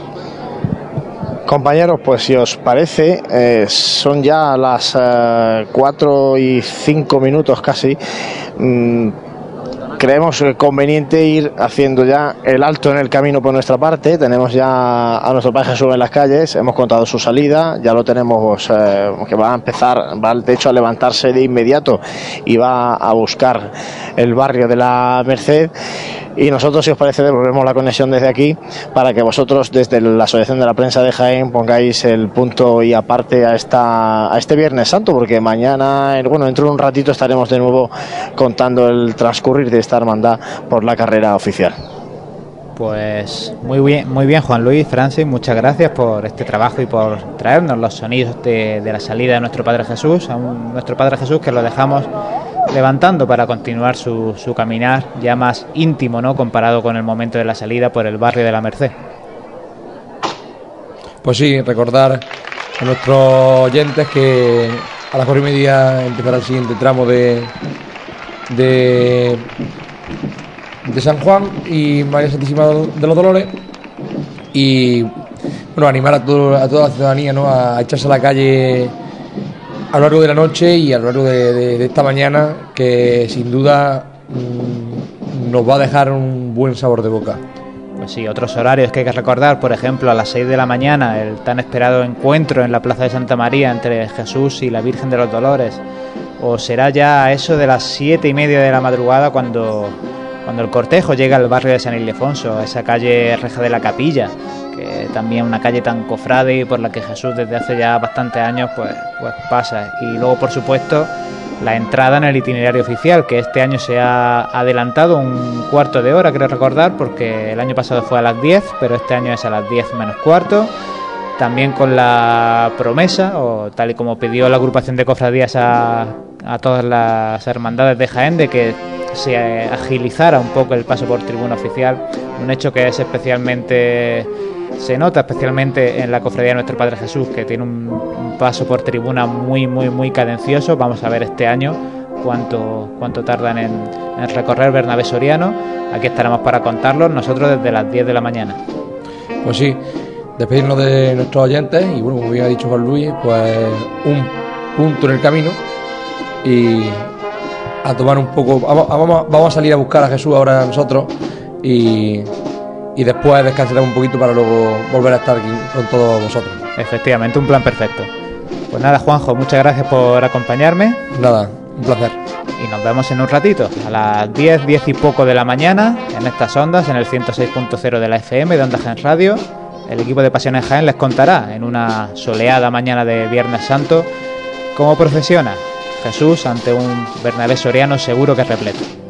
Compañeros, pues si os parece, eh, son ya las eh, cuatro y cinco minutos casi. Mm, Creemos conveniente ir haciendo ya el alto en el camino por nuestra parte. Tenemos ya a nuestro Padre Jesús en las calles, hemos contado su salida, ya lo tenemos, eh, que va a empezar, va de hecho a levantarse de inmediato y va a buscar el barrio de la Merced. Y nosotros, si os parece, devolvemos la conexión desde aquí para que vosotros, desde la Asociación de la Prensa de Jaén, pongáis el punto y aparte a esta a este Viernes Santo, porque mañana, bueno, dentro de un ratito estaremos de nuevo contando el transcurrir de esta hermandad por la carrera oficial. Pues muy bien, muy bien, Juan Luis, Francis, muchas gracias por este trabajo y por traernos los sonidos de, de la salida de nuestro Padre Jesús, a un, nuestro Padre Jesús que lo dejamos levantando para continuar su, su caminar ya más íntimo, ¿no?, comparado con el momento de la salida por el barrio de la Merced. Pues sí, recordar a nuestros oyentes que a las cuatro y media empezará el siguiente tramo de de, de San Juan y María Santísima de los Dolores, y bueno, animar a, todo, a toda la ciudadanía, ¿no?, a echarse a la calle a lo largo de la noche y a lo largo de, de, de esta mañana, que sin duda mmm, nos va a dejar un buen sabor de boca. Pues sí, otros horarios que hay que recordar, por ejemplo, a las seis de la mañana, el tan esperado encuentro en la Plaza de Santa María entre Jesús y la Virgen de los Dolores, o será ya a eso de las siete y media de la madrugada cuando, cuando el cortejo llega al barrio de San Ildefonso, a esa calle Reja de la Capilla, que también una calle tan cofrade y por la que Jesús desde hace ya bastantes años pues, pues pasa. Y luego, por supuesto, la entrada en el itinerario oficial, que este año se ha adelantado un cuarto de hora, creo recordar, porque el año pasado fue a las diez, pero este año es a las diez menos cuarto. También con la promesa, o tal y como pidió la agrupación de cofradías a, a todas las hermandades de Jaén, de que se agilizara un poco el paso por tribuna oficial, un hecho que es especialmente... se nota especialmente en la cofradía de nuestro Padre Jesús, que tiene un, un paso por tribuna muy muy muy cadencioso. Vamos a ver este año cuánto cuánto tardan en, en recorrer Bernabé Soriano. Aquí estaremos para contarlo nosotros desde las diez de la mañana. Pues sí, despedirnos de nuestros oyentes y bueno, como bien ha dicho Juan Luis, pues un punto en el camino y a tomar un poco, vamos, vamos, vamos a salir a buscar a Jesús ahora nosotros y y después descansaremos un poquito para luego volver a estar aquí con todos vosotros. Efectivamente, un plan perfecto. Pues nada, Juanjo, muchas gracias por acompañarme. Nada, un placer. Y nos vemos en un ratito, a las diez, diez y poco de la mañana, en estas ondas, en el ciento seis punto cero de la F M de Onda Jaén Radio. El equipo de Pasiones Jaén les contará en una soleada mañana de Viernes Santo cómo procesiona Jesús ante un Bernabé Soriano seguro que es repleto.